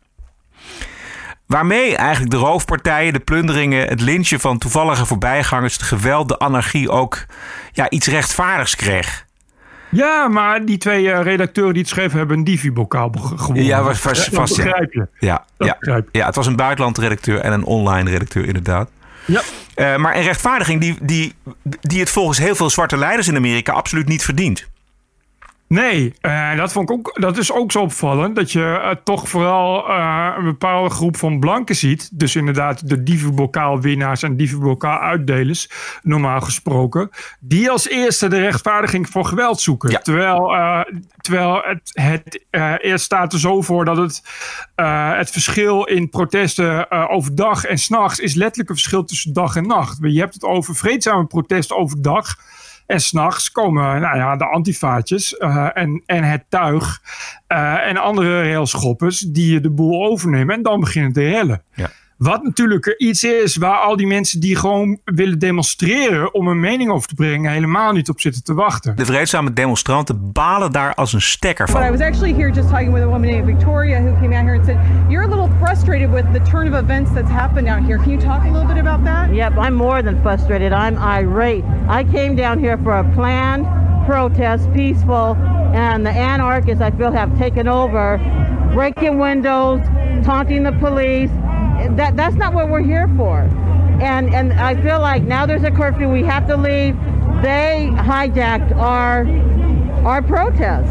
S2: Waarmee eigenlijk de roofpartijen, de plunderingen, het lynchen van toevallige voorbijgangers, het geweld, de anarchie ook ja, iets rechtvaardigs kreeg.
S1: Ja, maar die twee uh, redacteuren die het schreven hebben een Divi-bokaal gewonnen.
S2: Ja, was vast,
S1: dat
S2: vast,
S1: begrijp je.
S2: Ja,
S1: dat
S2: ja,
S1: begrijp je.
S2: Ja, het was een buitenlandredacteur en een online redacteur inderdaad.
S1: Ja.
S2: Uh, maar een rechtvaardiging die, die, die het volgens heel veel zwarte leiders in Amerika absoluut niet verdient.
S1: Nee, uh, dat, vond ik ook, dat is ook zo opvallend. Dat je uh, toch vooral uh, een bepaalde groep van blanken ziet. Dus inderdaad de dievenbokaal-winnaars en dievenbokaal-uitdelers, normaal gesproken. Die als eerste de rechtvaardiging voor geweld zoeken. Ja. Terwijl, uh, terwijl het, het uh, eerst staat er zo voor dat het, uh, het verschil in protesten uh, overdag en 's nachts is letterlijk een verschil tussen dag en nacht. Je hebt het over vreedzame protesten overdag. En 's nachts komen nou ja, de antifaatjes uh, en, en het tuig uh, en andere railschoppers die de boel overnemen. En dan beginnen te rellen. Ja. Wat natuurlijk iets is waar al die mensen die gewoon willen demonstreren om een mening over te brengen helemaal niet op zitten te wachten.
S2: De vreedzame demonstranten balen daar als een stekker van.
S16: But I was actually here just talking with a woman named Victoria who came out here and said, you're a little frustrated with the turn of events that's happened out here. Can you talk a little bit about that?
S17: Yep, I'm more than frustrated. I'm irate. I came down here for a planned protest, peaceful, and the anarchists I feel have taken over, breaking windows, taunting the police. That that's not what we're here for. And and I feel like now there's a curfew, we have to leave. They hijacked our our protest.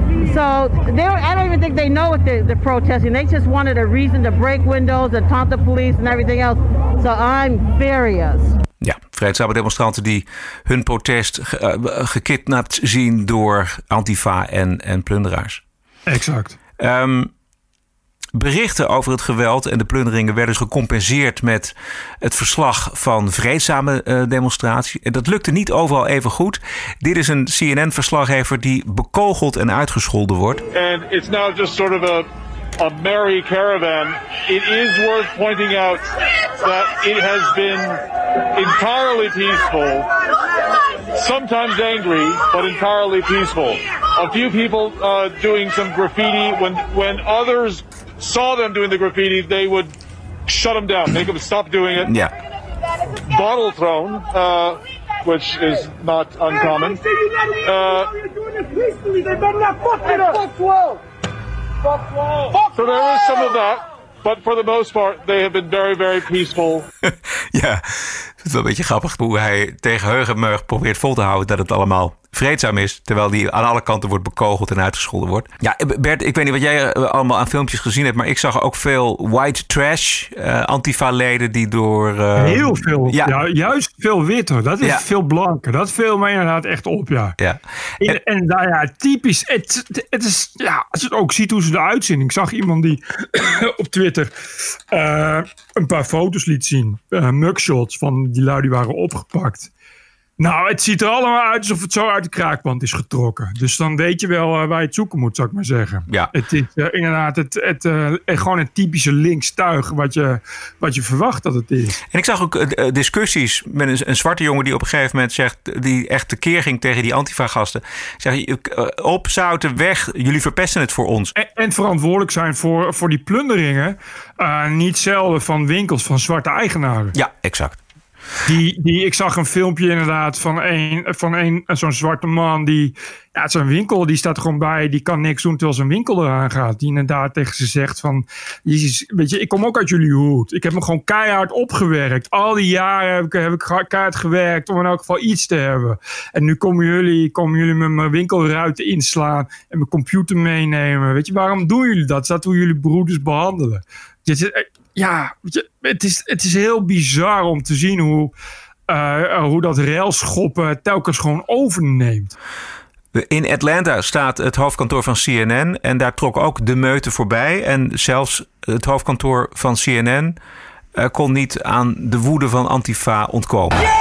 S17: So they don't, I don't even think they know what they're, they're protesting. They just wanted a reason to break windows and taunt the police and everything else. So I'm furious.
S2: Ja, vreedzame demonstranten die hun protest ge, uh, gekidnapt zien door Antifa en, en plunderaars.
S1: Exact.
S2: Um, Berichten over het geweld en de plunderingen werden dus gecompenseerd met het verslag van vreedzame uh, demonstratie. En dat lukte niet overal even goed. Dit is een C N N-verslaggever die bekogeld en uitgescholden wordt.
S18: And it's now just sort of a, a merry caravan. It is worth pointing out that it has been entirely peaceful. Sometimes angry, but entirely peaceful. A few people uh, doing some graffiti. When when others saw them doing the graffiti, they would shut them down, make them stop doing it.
S2: Yeah.
S18: Bottle thrown, uh, which is not uncommon. Uh, so there is some of that, but for the most part, they have been very, very peaceful.
S2: Ja, het is wel een beetje grappig hoe hij tegen Heugenmeug probeert vol te houden dat het allemaal vreedzaam is, terwijl die aan alle kanten wordt bekogeld en uitgescholden wordt. Ja, Bert, ik weet niet wat jij allemaal aan filmpjes gezien hebt, maar ik zag ook veel white trash, uh, Antifa-leden die door... Uh,
S1: Heel veel, ja. ja. Juist veel witter. Dat is ja. veel blanker. Dat viel mij inderdaad echt op, ja.
S2: ja.
S1: En, en, en nou ja, typisch. Het, het is, ja, als je het ook ziet hoe ze eruit zien. Ik zag iemand die op Twitter uh, een paar foto's liet zien. Uh, mugshots van die lui die waren opgepakt. Nou, het ziet er allemaal uit alsof het zo uit de kraakpand is getrokken. Dus dan weet je wel uh, waar je het zoeken moet, zou ik maar zeggen.
S2: Ja.
S1: Het is uh, inderdaad het, het, uh, gewoon een typische linkstuig wat je, wat je verwacht dat het is.
S2: En ik zag ook uh, discussies met een, een zwarte jongen die op een gegeven moment zegt, die echt tekeer ging tegen die Antifa-gasten. Zeg, uh, op, zouten, weg, jullie verpesten het voor ons.
S1: En, en verantwoordelijk zijn voor, voor die plunderingen. Uh, niet zelden van winkels van zwarte eigenaren.
S2: Ja, exact.
S1: Die, die, ik zag een filmpje inderdaad van een, van een, zo'n zwarte man die, ja, zijn winkel, die staat er gewoon bij, die kan niks doen terwijl zijn winkel eraan gaat. Die inderdaad tegen ze zegt van, Jezus, weet je, ik kom ook uit jullie hoed. Ik heb me gewoon keihard opgewerkt. Al die jaren heb ik, heb ik keihard gewerkt om in elk geval iets te hebben. En nu komen jullie, komen jullie met mijn winkelruiten inslaan en mijn computer meenemen. Weet je, waarom doen jullie dat? Dat hoe jullie broeders behandelen. Ja, het is, het is heel bizar om te zien hoe, uh, hoe dat railschoppen telkens gewoon overneemt.
S2: In Atlanta staat het hoofdkantoor van C N N en daar trok ook de meute voorbij. En zelfs het hoofdkantoor van C N N uh, kon niet aan de woede van Antifa ontkomen. Yes,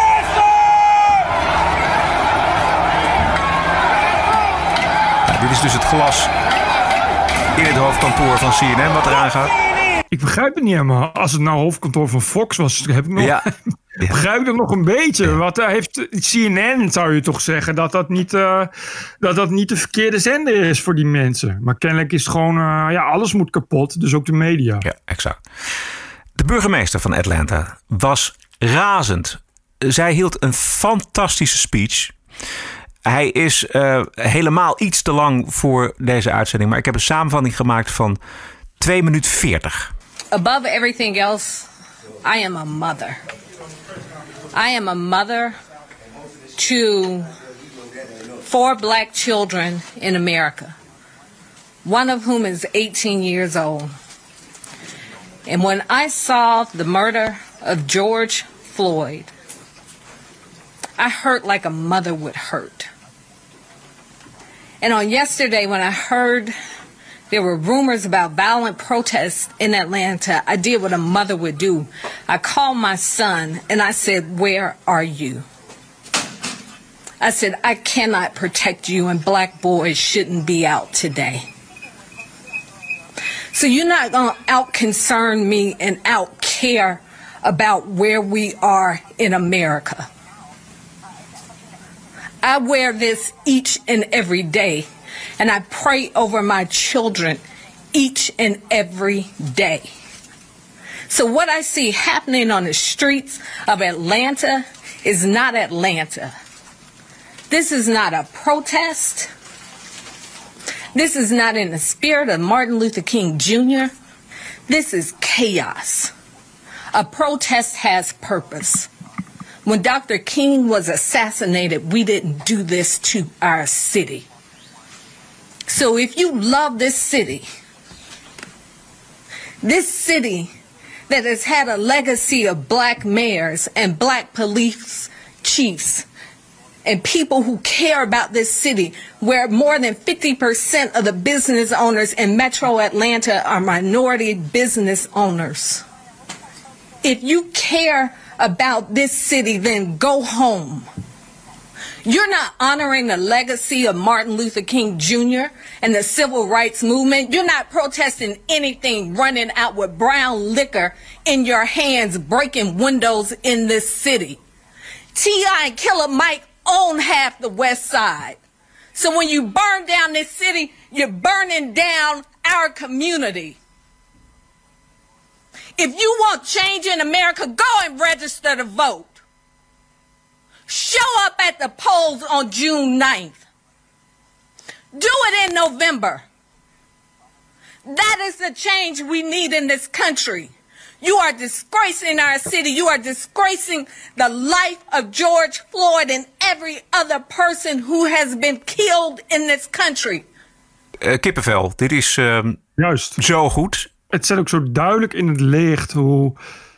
S2: ja, dit is dus het glas in het hoofdkantoor van C N N wat eraan gaat.
S1: Ik begrijp het niet helemaal. Als het nou hoofdkantoor van Fox was, heb ik nog,
S2: ja. Ja.
S1: begrijp ik dat nog een beetje. Ja. Wat heeft C N N, zou je toch zeggen, dat dat niet, uh, dat dat niet de verkeerde zender is voor die mensen. Maar kennelijk is het gewoon, uh, ja, alles moet kapot, dus ook de media.
S2: Ja, exact. De burgemeester van Atlanta was razend. Zij hield een fantastische speech. Hij is uh, helemaal iets te lang voor deze uitzending, maar ik heb een samenvatting gemaakt van twee minuten veertig.
S6: Above everything else, I am a mother. I am a mother to four black children in America, one of whom is eighteen years old. And when I saw the murder of George Floyd, I hurt like a mother would hurt. And on yesterday, when I heard there were rumors about violent protests in Atlanta, I did what a mother would do. I called my son and I said, "Where are you?" I said, "I cannot protect you, and black boys shouldn't be out today. So you're not going to out-concern me and out-care about where we are in America. I wear this each and every day, and I pray over my children each and every day. So what I see happening on the streets of Atlanta is not Atlanta. This is not a protest. This is not in the spirit of Martin Luther King Junior This is chaos. A protest has purpose. When Doctor King was assassinated, we didn't do this to our city. So if you love this city, this city that has had a legacy of black mayors and black police chiefs and people who care about this city, where more than fifty percent of the business owners in Metro Atlanta are minority business owners. If you care about this city, then go home. You're not honoring the legacy of Martin Luther King Junior and the civil rights movement. You're not protesting anything running out with brown liquor in your hands, breaking windows in this city. T I and Killer Mike own half the West Side. So when you burn down this city, you're burning down our community. If you want change in America, go and register to vote. Show up at the polls on June ninth. Do it in November. That is the change we need in this country. You are disgracing our city. You are disgracing the life of George Floyd and every other person who has been killed in this country.
S2: Uh, kippenvel, dit is uh,
S1: Juist.
S2: Zo goed.
S1: Het zet ook zo duidelijk in het licht hoe,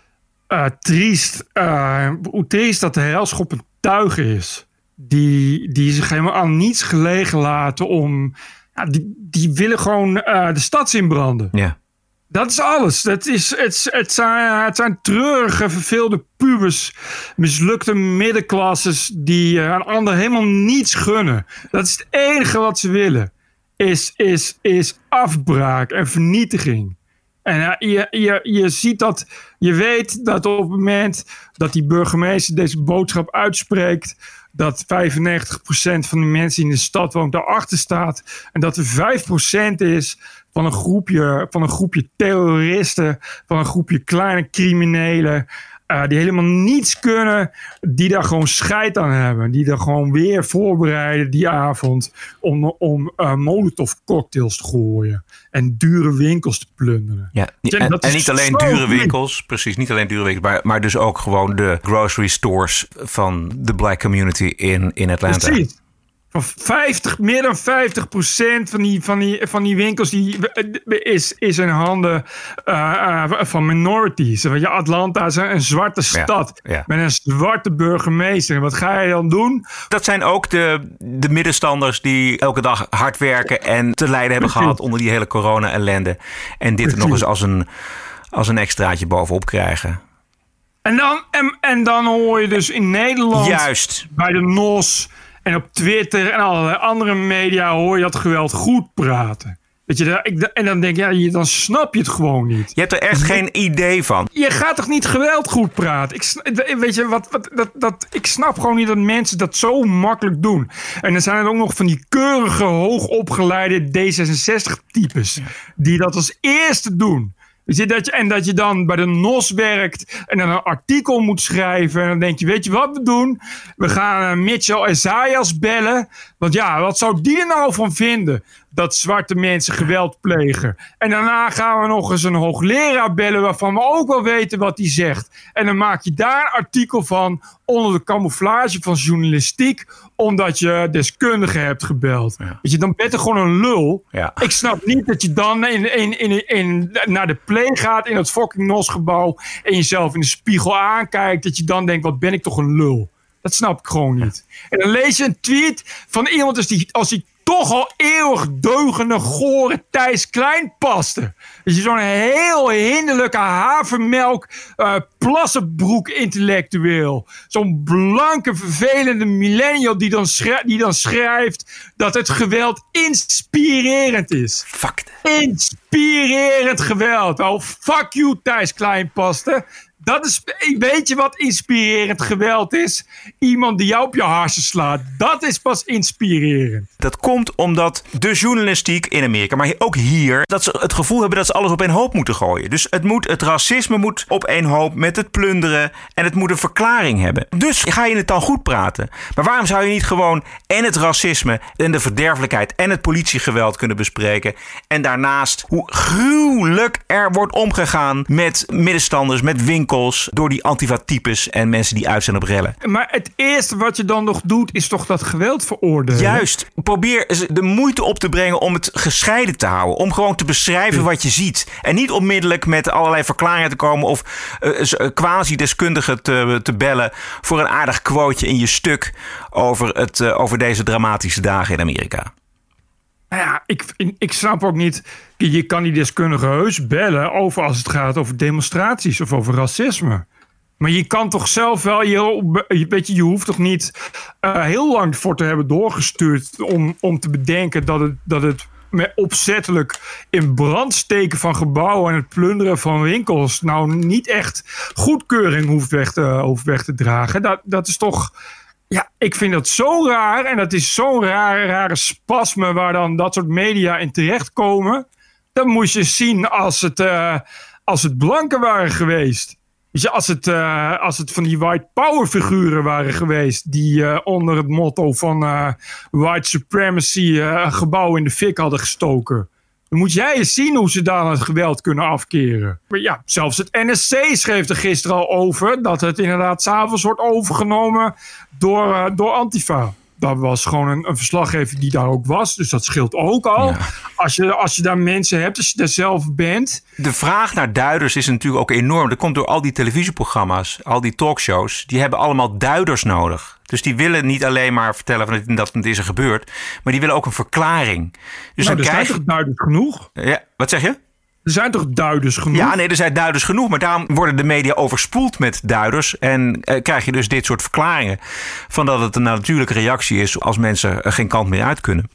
S1: uh, triest, uh, hoe triest dat de helschoppend tuig is. Die, die zich helemaal aan niets gelegen laten om... Ja, die, die willen gewoon uh, de stad inbranden.
S2: Ja.
S1: Dat is alles. Dat is, het, het, zijn, het zijn treurige, verveelde pubers, mislukte middenklasses die uh, een ander helemaal niets gunnen. Dat is het enige wat ze willen. Is, is, is afbraak en vernietiging. En uh, je, je, je ziet dat, je weet dat op het moment dat die burgemeester deze boodschap uitspreekt, dat vijfennegentig procent van de mensen die in de stad woont daarachter staat. En dat er vijf procent is van een groepje, van een groepje terroristen, van een groepje kleine criminelen. Uh, die helemaal niets kunnen, die daar gewoon scheid aan hebben. Die er gewoon weer voorbereiden die avond om, om uh, Molotov cocktails te gooien. En dure winkels te plunderen.
S2: Ja, en, en niet alleen dure winkels, precies, niet alleen dure winkels, maar, maar dus ook gewoon de grocery stores van de black community in, in Atlanta.
S1: Precies. Van vijftig, meer dan vijftig procent van die, van die, van die winkels die is, is in handen uh, uh, van minorities. Want je, Atlanta is een, een zwarte stad
S2: ja, ja.
S1: met een zwarte burgemeester. En wat ga je dan doen?
S2: Dat zijn ook de, de middenstanders die elke dag hard werken en te lijden hebben gehad onder die hele corona-ellende. En dit er nog eens als een, als een extraatje bovenop krijgen.
S1: En dan, en, en dan hoor je dus in Nederland,
S2: juist
S1: bij de N O S en op Twitter en allerlei andere media hoor je dat geweld goed praten. Weet je, ik, en dan denk je, ja, dan snap je het gewoon niet.
S2: Je hebt er echt geen idee van.
S1: Je gaat toch niet geweld goed praten? Ik, weet je, wat, wat, dat, dat, ik snap gewoon niet dat mensen dat zo makkelijk doen. En dan zijn er ook nog van die keurige, hoogopgeleide D zesenzestig-types die dat als eerste doen. Weet je, dat je, en dat je dan bij de N O S werkt en dan een artikel moet schrijven. En dan denk je, weet je wat we doen? We gaan uh, Mitchell Esaias bellen. Want ja, wat zou die er nou van vinden? dat zwarte mensen geweld plegen. En daarna gaan we nog eens een hoogleraar bellen waarvan we ook wel weten wat hij zegt. En dan maak je daar een artikel van onder de camouflage van journalistiek, omdat je deskundigen hebt gebeld. Ja. Weet je, dan ben je gewoon een lul. Ja. Ik snap niet dat je dan in, in, in, in, naar de play gaat in het fucking N O S-gebouw en jezelf in de spiegel aankijkt, dat je dan denkt, wat ben ik toch een lul. Dat snap ik gewoon niet. En dan lees je een tweet van iemand als die, als die toch al eeuwig deugende, gore Thijs Klein paste. Dus je zo'n heel hinderlijke havermelk, uh, plassenbroek intellectueel. Zo'n blanke, vervelende millennial die dan, schrij- die dan schrijft dat het geweld inspirerend is.
S2: Fuck.
S1: Inspirerend geweld. Oh, fuck you, Thijs Klein paste. Dat is, weet je wat inspirerend geweld is? Iemand die jou op je harsen slaat. Dat is pas inspirerend.
S2: Dat komt omdat de journalistiek in Amerika, maar ook hier, dat ze het gevoel hebben dat ze alles op één hoop moeten gooien. Dus het, moet, het racisme moet op één hoop met het plunderen en het moet een verklaring hebben. Dus ga je het dan goed praten. Maar waarom zou je niet gewoon en het racisme en de verderfelijkheid en het politiegeweld kunnen bespreken? En daarnaast hoe gruwelijk er wordt omgegaan met middenstanders, met winkels, door die antifa-types en mensen die uit zijn op rellen.
S1: Maar het eerste wat je dan nog doet, is toch dat geweld veroordelen?
S2: Juist. Probeer de moeite op te brengen om het gescheiden te houden. Om gewoon te beschrijven ja. wat je ziet. En niet onmiddellijk met allerlei verklaringen te komen of uh, quasi-deskundigen te, te bellen voor een aardig quoteje in je stuk over, het, uh, over deze dramatische dagen in Amerika.
S1: Nou ja, ik, ik snap ook niet. Je kan die deskundigen heus bellen over als het gaat over demonstraties of over racisme. Maar je kan toch zelf wel, je, weet je, je hoeft toch niet uh, heel lang voor te hebben doorgestuurd om, om te bedenken dat het, dat het met opzettelijk in brand steken van gebouwen en het plunderen van winkels nou niet echt goedkeuring hoeft weg te, hoeft weg te dragen. Dat, dat is toch. Ja, ik vind dat zo raar. En dat is zo'n rare, rare spasme waar dan dat soort media in terechtkomen. Dat moest je zien als het, uh, als het blanken waren geweest. Dus ja, als, het, uh, als het van die white power figuren waren geweest. Die uh, onder het motto van uh, white supremacy uh, een gebouw in de fik hadden gestoken. Dan moet jij eens zien hoe ze daar het geweld kunnen afkeren. Maar ja, zelfs het N S C schreef er gisteren al over dat het inderdaad 's avonds wordt overgenomen door, uh, door Antifa. Dat was gewoon een, een verslaggever die daar ook was. Dus dat scheelt ook al. Ja. Als je, als je daar mensen hebt, als je daar zelf bent.
S2: De vraag naar duiders is natuurlijk ook enorm. Dat komt door al die televisieprogramma's, al die talkshows. Die hebben allemaal duiders nodig. Dus die willen niet alleen maar vertellen van dat het is er gebeurd. Maar die willen ook een verklaring. Dus
S1: nou,
S2: dan
S1: er
S2: krijg...
S1: zijn toch duiders genoeg?
S2: Ja, wat zeg je?
S1: Er zijn toch duiders genoeg?
S2: Ja, nee, er zijn duiders genoeg. Maar daarom worden de media overspoeld met duiders. En eh, krijg je dus dit soort verklaringen. Van dat het een natuurlijke reactie is als mensen er geen kant meer uit kunnen.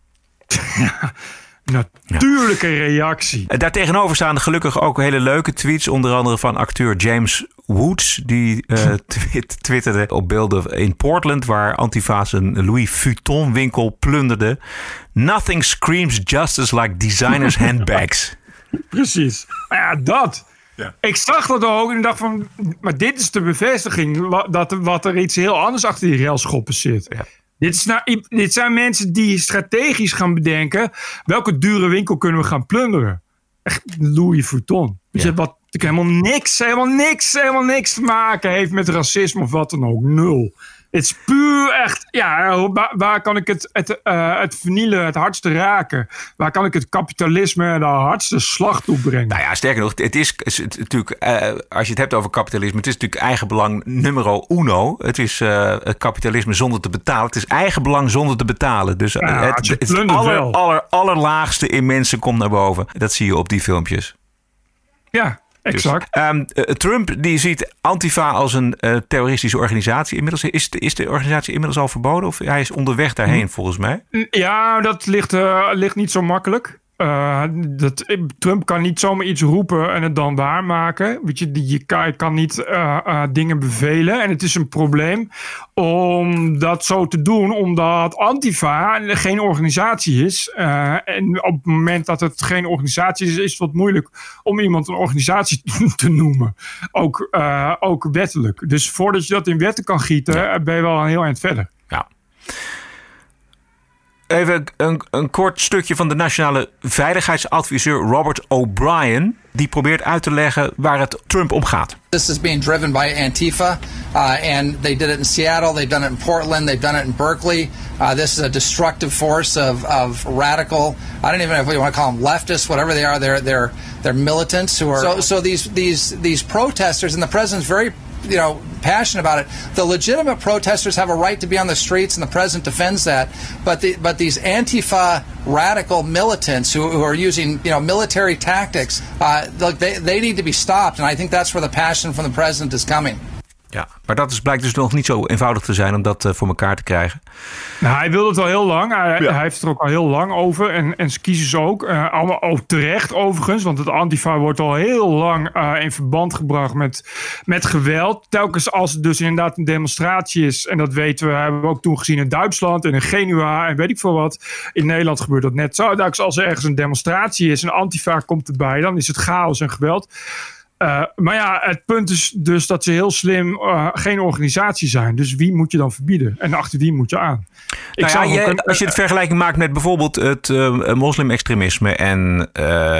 S1: Ja, natuurlijke ja. reactie.
S2: Daartegenover staan gelukkig ook hele leuke tweets. Onder andere van acteur James Woods. Die uh, twit- twitterde op beelden in Portland, waar Antifa's een Louis Vuitton winkel plunderde. Nothing screams justice like designers handbags.
S1: Precies. Maar ja, dat. Ja. Ik zag dat ook en dacht van, maar dit is de bevestiging dat er, wat er iets heel anders achter die railschoppen zit. Ja. Dit, is nou, dit zijn mensen die strategisch gaan bedenken welke dure winkel kunnen we gaan plunderen. Echt Louis Vuitton. Dus ja. wat helemaal niks, helemaal niks, helemaal niks te maken heeft met racisme of wat dan ook. Nul. Het is puur echt, ja, waar, waar kan ik het, het, uh, het vernielen het hardste raken? Waar kan ik het kapitalisme de hardste slag toe brengen?
S2: Nou ja, sterker nog, het is, het is natuurlijk, uh, als je het hebt over kapitalisme, het is natuurlijk eigenbelang numero uno. Het is uh, het kapitalisme zonder te betalen. Het is eigenbelang zonder te betalen. Dus uh, ja, het, het, het aller, aller, allerlaagste in mensen komt naar boven. Dat zie je op die filmpjes.
S1: Ja. Exact.
S2: Dus, um, uh, Trump die ziet Antifa als een uh, terroristische organisatie. Inmiddels is de, is de organisatie inmiddels al verboden? Of hij is onderweg daarheen, volgens mij?
S1: Ja, dat ligt, uh, ligt niet zo makkelijk. Uh, dat, Trump kan niet zomaar iets roepen en het dan waarmaken. Weet je, je kan, je kan niet uh, uh, dingen bevelen. En het is een probleem om dat zo te doen, omdat Antifa geen organisatie is. Uh, en op het moment dat het geen organisatie is, is het wat moeilijk om iemand een organisatie te noemen. Ook, uh, ook wettelijk. Dus voordat je dat in wetten kan gieten, ja. ben je wel een heel eind verder.
S2: Ja. Even een, een kort stukje van de nationale veiligheidsadviseur Robert O'Brien. Die probeert uit te leggen waar het Trump om gaat.
S19: This is being driven by Antifa, uh, and they did it in Seattle, they've done it in Portland, they've done it in Berkeley. Uh, this is a destructive force of, of radical, I don't even know if you want to call them leftists, whatever they are, they're they're they're militants who are. So so these these these protesters, and the president's very, you know, passionate about it. The legitimate protesters have a right to be on the streets, and the president defends that. But the but these Antifa radical militants who, who are using, you know, military tactics, uh, look, they they need to be stopped. And I think that's where the passion from the president is coming.
S2: Ja, maar dat is, blijkt dus nog niet zo eenvoudig te zijn om dat uh, voor elkaar te krijgen.
S1: Nou, hij wil het al heel lang. Hij, ja. hij heeft het er ook al heel lang over. En, en zijn kiezers ook. Uh, allemaal ook terecht overigens. Want het Antifa wordt al heel lang uh, in verband gebracht met, met geweld. Telkens als het dus inderdaad een demonstratie is. En dat weten we, hebben we ook toen gezien in Duitsland en in Genua en weet ik veel wat. In Nederland gebeurt dat net zo. Telkens als er ergens een demonstratie is en Antifa komt erbij, dan is het chaos en geweld. Uh, maar ja, het punt is dus dat ze heel slim uh, geen organisatie zijn. Dus wie moet je dan verbieden? En achter wie moet je aan? Ik
S2: nou ja, je, een, als je het vergelijking maakt met bijvoorbeeld het uh, moslimextremisme en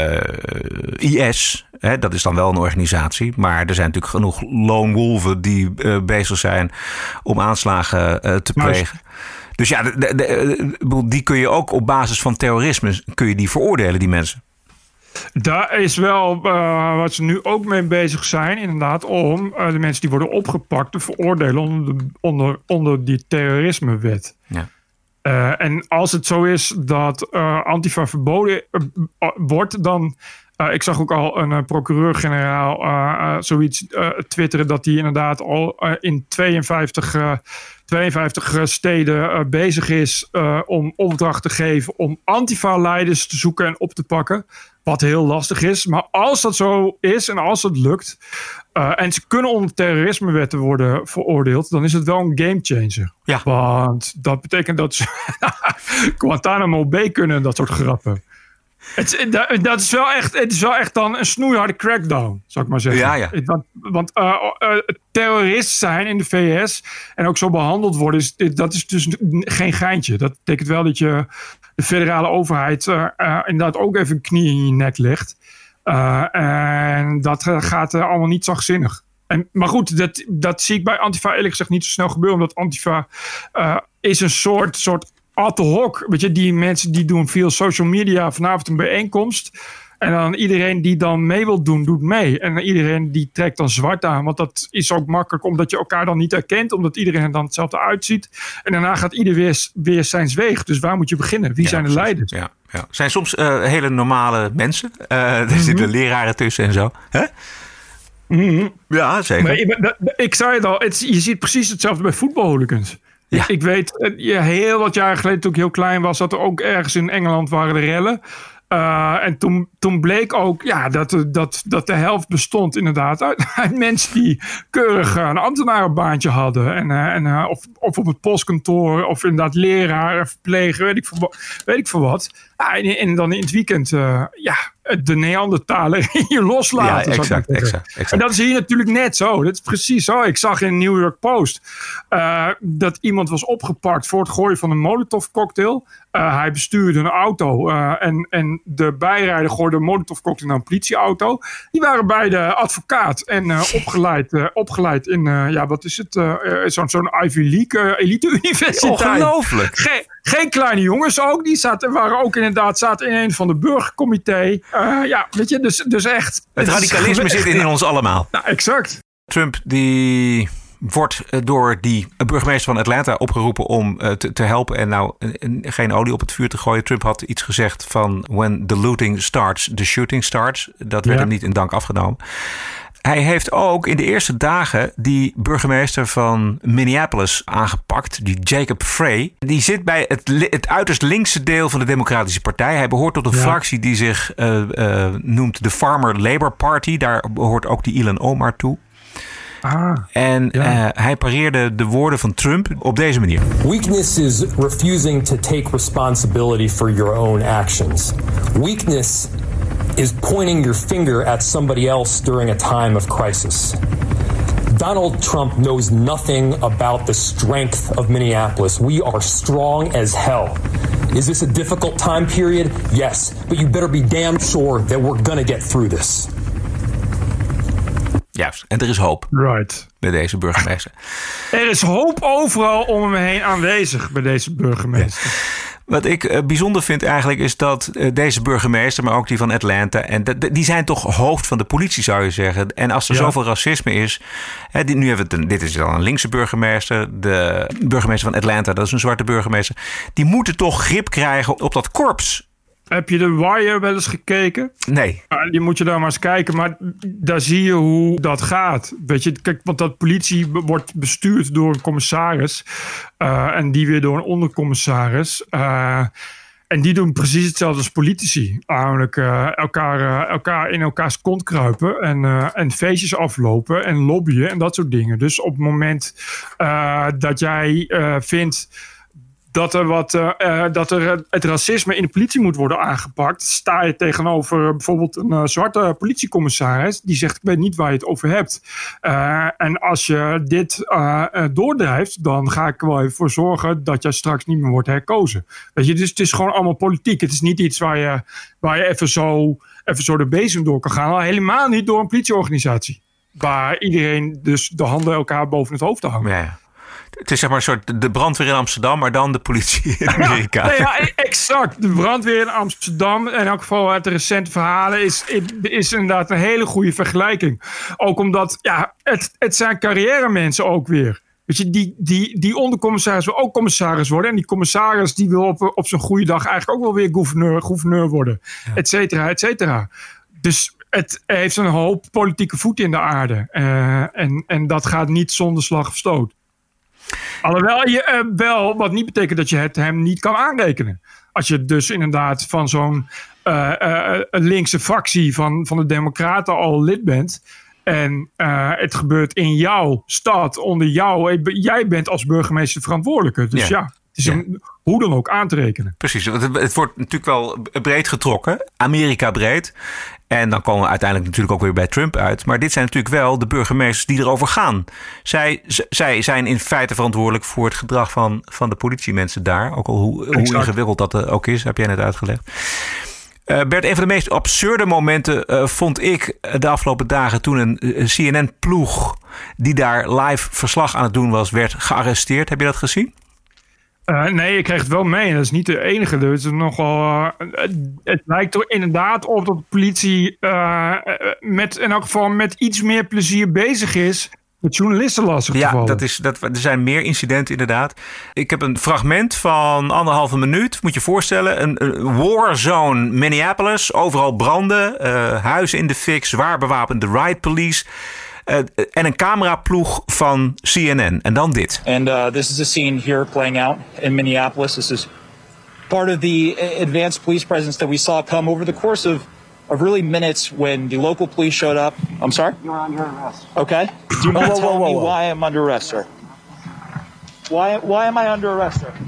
S2: uh, I S... Hè, dat is dan wel een organisatie. Maar er zijn natuurlijk genoeg lone wolven die uh, bezig zijn om aanslagen uh, te plegen. Dus ja, de, de, de, die kun je ook op basis van terrorisme kun je die veroordelen, die mensen.
S1: Daar is wel uh, wat ze nu ook mee bezig zijn, inderdaad, om uh, de mensen die worden opgepakt te veroordelen onder, de, onder, onder die terrorismewet. Ja. Uh, en als het zo is dat uh, Antifa verboden uh, uh, wordt, dan... Uh, ik zag ook al een uh, procureur-generaal uh, uh, zoiets uh, twitteren dat hij inderdaad al uh, in tweeënvijftig, uh, tweeënvijftig steden uh, bezig is uh, om opdracht te geven om Antifa-leiders te zoeken en op te pakken. Wat heel lastig is. Maar als dat zo is en als het lukt uh, en ze kunnen onder terrorismewetten worden veroordeeld, dan is het wel een gamechanger. Ja. Want dat betekent dat ze Guantanamo Bay kunnen en dat soort grappen. Het, dat, dat is wel echt, het is wel echt dan een snoeiharde crackdown, zou ik maar zeggen. Ja, ja. Want, want uh, uh, terrorist zijn in de V S en ook zo behandeld worden, is, dat is dus geen geintje. Dat betekent wel dat je de federale overheid uh, uh, inderdaad ook even een knie in je nek legt. Uh, en dat uh, gaat uh, allemaal niet zachtzinnig. En, maar goed, dat, dat zie ik bij Antifa eerlijk gezegd niet zo snel gebeuren, omdat Antifa uh, is een soort... soort ad hoc, weet je, die mensen die doen via social media vanavond een bijeenkomst. En dan iedereen die dan mee wil doen, doet mee. En iedereen die trekt dan zwart aan. Want dat is ook makkelijk, omdat je elkaar dan niet herkent. Omdat iedereen er dan hetzelfde uitziet. En daarna gaat ieder weer, weer zijn zweeg. Dus waar moet je beginnen? Wie ja, zijn de precies. leiders?
S2: Ja, ja. Zijn soms uh, hele normale mensen. Uh, er mm-hmm. zitten leraren tussen en zo. Hè?
S1: Mm-hmm.
S2: Ja, zeker.
S1: Maar ik, ik zei het al, het, je ziet precies hetzelfde bij voetbalhooligans. Ja. Ik, ik weet, ja, heel wat jaren geleden toen ik heel klein was, dat er ook ergens in Engeland waren de rellen. Uh, en toen, toen bleek ook ja, dat, dat, dat de helft bestond inderdaad uit, uit mensen die keurig een ambtenarenbaantje hadden. En, uh, en, uh, of, of op het postkantoor, of inderdaad leraar, verpleger, weet ik veel, weet ik veel wat. Ah, en, en dan in het weekend, uh, ja, de Neandertaler hier loslaten.
S2: Ja, exact, exact, exact.
S1: En dat is hier natuurlijk net zo. Dat is precies zo. Ik zag in de New York Post uh, dat iemand was opgepakt voor het gooien van een Molotov cocktail. Uh, hij bestuurde een auto uh, en, en de bijrijder gooide een Molotov cocktail naar een politieauto. Die waren beide advocaat en uh, opgeleid, uh, opgeleid in, uh, ja, wat is het? Uh, zo'n, zo'n Ivy League uh, elite universiteit.
S2: Ongelooflijk.
S1: Geen, geen kleine jongens ook. Die zaten, waren ook inderdaad zaten in een van de burgercomité. Uh, ja, weet je, dus, dus echt.
S2: Het, het radicalisme is, zit in ons allemaal.
S1: Nou, exact.
S2: Trump die wordt door die burgemeester van Atlanta opgeroepen om uh, te, te helpen en nou uh, geen olie op het vuur te gooien. Trump had iets gezegd van when the looting starts, the shooting starts. Dat werd ja. hem niet in dank afgenomen. Hij heeft ook in de eerste dagen die burgemeester van Minneapolis aangepakt, die Jacob Frey. Die zit bij het, het uiterst linkse deel van de Democratische Partij. Hij behoort tot een ja. fractie die zich uh, uh, noemt de Farmer Labor Party. Daar behoort ook die Ilhan Omar toe.
S1: Ah,
S2: en
S1: ja.
S2: uh, hij pareerde de woorden van Trump op deze manier.
S20: Weakness is refusing to take responsibility for your own actions. Weakness is pointing your finger at somebody else during a time of crisis. Donald Trump knows nothing about the strength of Minneapolis. We are strong as hell. Is this a difficult time period? Yes, but you better be damn sure that we're gonna get through this.
S2: Juist, en er is hoop.
S1: Right.
S2: Bij deze burgemeester.
S1: Er is hoop overal om hem heen aanwezig bij deze burgemeester.
S2: Ja. Wat ik uh, bijzonder vind eigenlijk is dat uh, deze burgemeester, maar ook die van Atlanta, en de, de, die zijn toch hoofd van de politie, zou je zeggen. En als er ja. zoveel racisme is, hè, die, nu hebben we het, dit is dan een linkse burgemeester, de burgemeester van Atlanta, dat is een zwarte burgemeester, die moeten toch grip krijgen op dat korps.
S1: Heb je de Wire wel eens gekeken?
S2: Nee.
S1: Uh, die moet je daar maar eens kijken. Maar daar zie je hoe dat gaat. Weet je, kijk, want dat politie wordt bestuurd door een commissaris. Uh, en die weer door een ondercommissaris. Uh, en die doen precies hetzelfde als politici. Namelijk uh, elkaar, uh, elkaar in elkaars kont kruipen. En, uh, en feestjes aflopen. En lobbyen en dat soort dingen. Dus op het moment uh, dat jij uh, vindt dat er, wat, uh, dat er het racisme in de politie moet worden aangepakt, sta je tegenover bijvoorbeeld een uh, zwarte politiecommissaris die zegt, ik weet niet waar je het over hebt. Uh, en als je dit uh, uh, doordrijft, dan ga ik er wel even voor zorgen dat jij straks niet meer wordt herkozen. Weet je, dus het is gewoon allemaal politiek. Het is niet iets waar je, waar je even, zo, even zo de bezem door kan gaan. Al helemaal niet door een politieorganisatie. Waar iedereen dus de handen elkaar boven het hoofd hangen.
S2: Ja. Het is zeg maar een soort de brandweer in Amsterdam, maar dan de politie in Amerika.
S1: Ja, ja, exact. De brandweer in Amsterdam, in elk geval uit de recente verhalen, is, is inderdaad een hele goede vergelijking. Ook omdat, ja, het, het zijn carrière mensen ook weer. Weet je, die, die, die ondercommissaris wil ook commissaris worden. En die commissaris die wil op, op zijn goede dag eigenlijk ook wel weer gouverneur, gouverneur worden. Ja. Et cetera, et cetera. Dus het heeft een hoop politieke voet in de aarde. Uh, en, en dat gaat niet zonder slag of stoot. Alhoewel je uh, wel, wat niet betekent dat je het hem niet kan aanrekenen. Als je dus inderdaad van zo'n uh, uh, linkse fractie van, van de Democraten al lid bent. En uh, het gebeurt in jouw stad, onder jou. Jij bent als burgemeester verantwoordelijke. Dus ja, ja het is ja. Een, hoe dan ook aan te rekenen.
S2: Precies, het, het wordt natuurlijk wel breed getrokken. Amerika breed. En dan komen we uiteindelijk natuurlijk ook weer bij Trump uit. Maar dit zijn natuurlijk wel de burgemeesters die erover gaan. Zij, z- zij zijn in feite verantwoordelijk voor het gedrag van, van de politiemensen daar. Ook al hoe, hoe ingewikkeld dat ook is, heb jij net uitgelegd. Uh, Bert, een van de meest absurde momenten uh, vond ik de afgelopen dagen toen een uh, C N N-ploeg die daar live verslag aan het doen was, werd gearresteerd. Heb je dat gezien?
S1: Uh, nee, ik kreeg het wel mee. Dat is niet de enige. Dus het, is nogal, uh, het, het lijkt er inderdaad op dat de politie uh, met, in elk geval met iets meer plezier bezig is met journalisten lastig te vallen.
S2: Ja, dat is, dat, er zijn meer incidenten inderdaad. Ik heb een fragment van anderhalve minuut. Moet je je voorstellen. Een, een warzone Minneapolis. Overal branden. Uh, huizen in de fik. Zwaar bewapende riot police. Uh, en een cameraploeg van C N N. En dan dit.
S21: And uh, this is a scene here playing out in Minneapolis. This is part of the advanced police presence that we saw come over the course of, of really minutes when the local police showed up. I'm sorry?
S22: You're under arrest.
S21: Okay. Do you mind whoa, telling whoa, whoa, whoa. me why I'm under arrest, sir? Why, why am I under arrest, sir?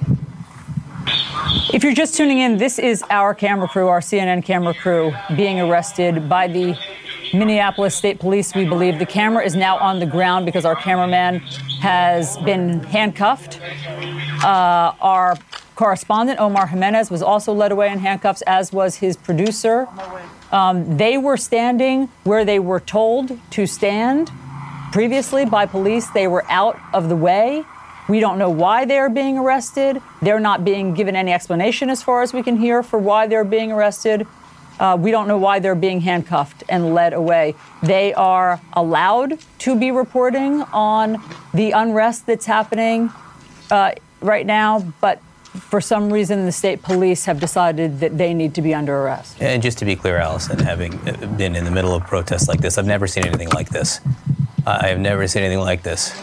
S23: If you're just tuning in, this is our camera crew, our C N N camera crew, being arrested by the Minneapolis State Police. We believe the camera is now on the ground because our cameraman has been handcuffed. Uh, our correspondent, Omar Jimenez, was also led away in handcuffs, as was his producer. Um, they were standing where they were told to stand previously by police. They were out of the way. We don't know why they're being arrested. They're not being given any explanation, as far as we can hear, for why they're being arrested. Uh, we don't know why they're being handcuffed and led away. They are allowed to be reporting on the unrest that's happening uh, right now, but for some reason the state police have decided that they need to be under arrest.
S24: And just to be clear, Allison, having been in the middle of protests like this, I've never seen anything like this. Uh, I have never seen anything like this.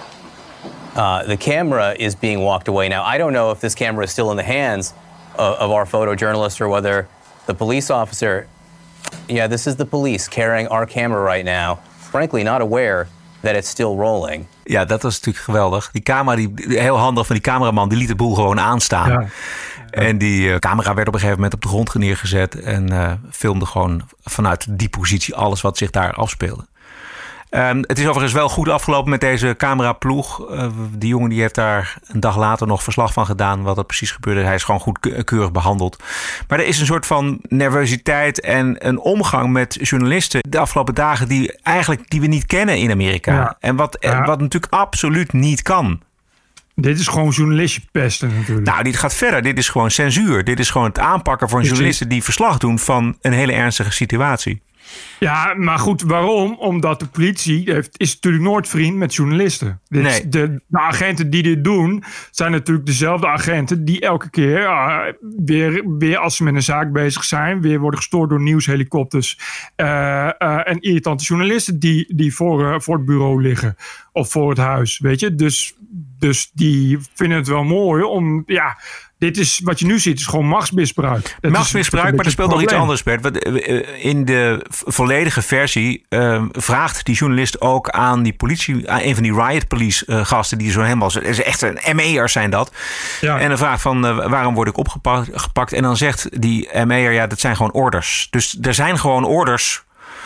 S24: Uh, the camera is being walked away now. I don't know if this camera is still in the hands of, of our photojournalist or whether the police officer, yeah, this is the police carrying our camera right now, frankly not aware that it's still rolling.
S2: Ja, dat was natuurlijk geweldig. Die camera, die, heel handig van die cameraman, die liet de boel gewoon aanstaan. Ja. Ja. En die uh, camera werd op een gegeven moment op de grond neergezet en uh, filmde gewoon vanuit die positie alles wat zich daar afspeelde. Um, het is overigens wel goed afgelopen met deze cameraploeg. Uh, die jongen die heeft daar een dag later nog verslag van gedaan wat er precies gebeurde. Hij is gewoon goedkeurig behandeld. Maar er is een soort van nervositeit en een omgang met journalisten de afgelopen dagen die eigenlijk die we niet kennen in Amerika. Ja. En wat, ja. wat natuurlijk absoluut niet kan.
S1: Dit is gewoon journalistenpesten natuurlijk.
S2: Nou, dit gaat verder. Dit is gewoon censuur. Dit is gewoon het aanpakken van journalisten die verslag doen van een hele ernstige situatie.
S1: Ja, maar goed, waarom? Omdat de politie heeft, is natuurlijk nooit vriend met journalisten. Dit nee. de, de agenten die dit doen, zijn natuurlijk dezelfde agenten die elke keer uh, weer, weer als ze met een zaak bezig zijn, weer worden gestoord door nieuwshelikopters uh, uh, en irritante journalisten die, die voor, uh, voor het bureau liggen of voor het huis, weet je. Dus, dus die vinden het wel mooi om, ja... Dit is wat je nu ziet, is gewoon machtsmisbruik. Dat
S2: machtsmisbruik, maar er speelt nog iets anders, Bert. In de volledige versie uh, vraagt die journalist ook aan die politie, aan een van die riot police uh, gasten, die zo helemaal, is echt een M E'er zijn dat. Ja. En dan vraagt van uh, waarom word ik opgepakt? En dan zegt die M E'er, ja, dat zijn gewoon orders. Dus er zijn gewoon orders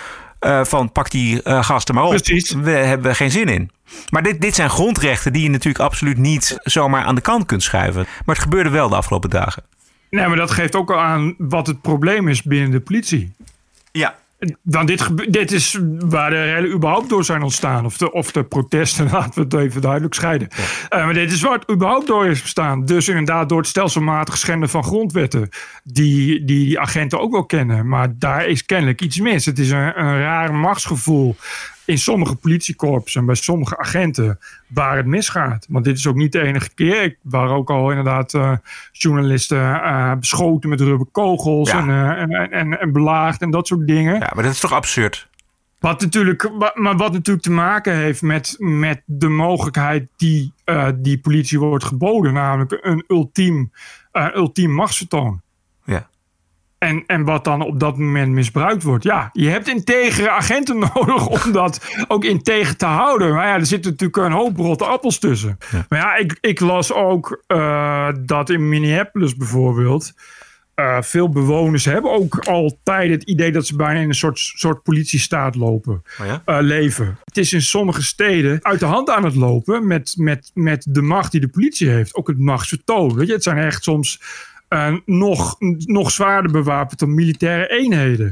S2: uh, van pak die uh, gasten maar op.
S1: Precies.
S2: We hebben geen zin in. Maar dit, dit zijn grondrechten die je natuurlijk absoluut niet zomaar aan de kant kunt schuiven. Maar het gebeurde wel de afgelopen dagen.
S1: Nee, maar dat geeft ook al aan wat het probleem is binnen de politie.
S2: Ja.
S1: Want dit, dit is waar de rellen überhaupt door zijn ontstaan. Of de, of de protesten, laten we het even duidelijk scheiden. Ja. Uh, maar dit is waar het überhaupt door is ontstaan. Dus inderdaad door het stelselmatig schenden van grondwetten. Die, die die agenten ook wel kennen. Maar daar is kennelijk iets mis. Het is een, een raar machtsgevoel in sommige politiekorps en bij sommige agenten waar het misgaat. Want dit is ook niet de enige keer. Ik waren ook al inderdaad uh, journalisten uh, beschoten met rubberkogels ja. en, uh, en, en, en belaagd en dat soort dingen.
S2: Ja, maar dat is toch absurd?
S1: Wat natuurlijk, maar wat natuurlijk te maken heeft met, met de mogelijkheid die uh, die politie wordt geboden. Namelijk een ultiem, uh, ultiem machtsvertoon.
S2: Ja.
S1: En, en wat dan op dat moment misbruikt wordt. Ja, je hebt integere agenten nodig om dat ook integer te houden. Maar ja, er zitten natuurlijk een hoop rotte appels tussen. Ja. Maar ja, ik, ik las ook uh, dat in Minneapolis bijvoorbeeld Uh, veel bewoners hebben ook altijd het idee dat ze bijna in een soort, soort politiestaat lopen,
S2: oh ja?
S1: uh, leven. Het is in sommige steden uit de hand aan het lopen met, met, met de macht die de politie heeft. Ook het machtsvertoon. Weet je? Het zijn echt soms uh, nog, nog zwaarder bewapend dan militaire eenheden.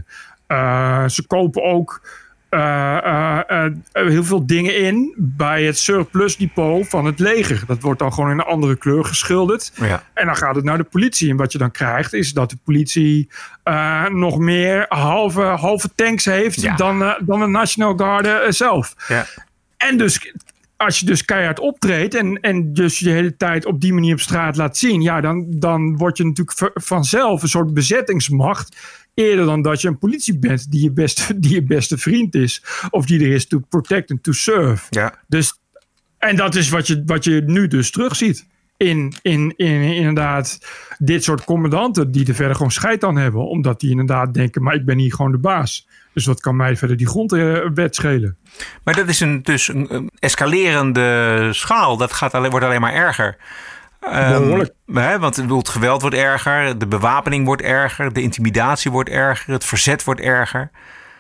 S1: Uh, ze kopen ook Uh, uh, uh, heel veel dingen in bij het surplus depot van het leger. Dat wordt dan gewoon in een andere kleur geschilderd.
S2: Ja.
S1: En dan gaat het naar de politie. En wat je dan krijgt is dat de politie uh, nog meer halve, halve tanks heeft ja. dan, uh, dan de National Guard uh, zelf.
S2: Ja.
S1: En dus als je dus keihard optreedt en, en dus je de hele tijd op die manier op straat laat zien, ja, dan, dan word je natuurlijk v- vanzelf een soort bezettingsmacht. Eerder dan dat je een politie bent die je beste, die je beste vriend is. Of die er is to protect and to serve.
S2: Ja.
S1: Dus, en dat is wat je, wat je nu dus terugziet. In, in, in inderdaad dit soort commandanten die er verder gewoon scheid aan hebben. Omdat die inderdaad denken, maar ik ben hier gewoon de baas. Dus wat kan mij verder die grondwet schelen?
S2: Maar dat is een, dus een escalerende schaal. Dat gaat alleen, wordt alleen maar erger. Um, hè, want het geweld wordt erger, de bewapening wordt erger, de intimidatie wordt erger, het verzet wordt erger.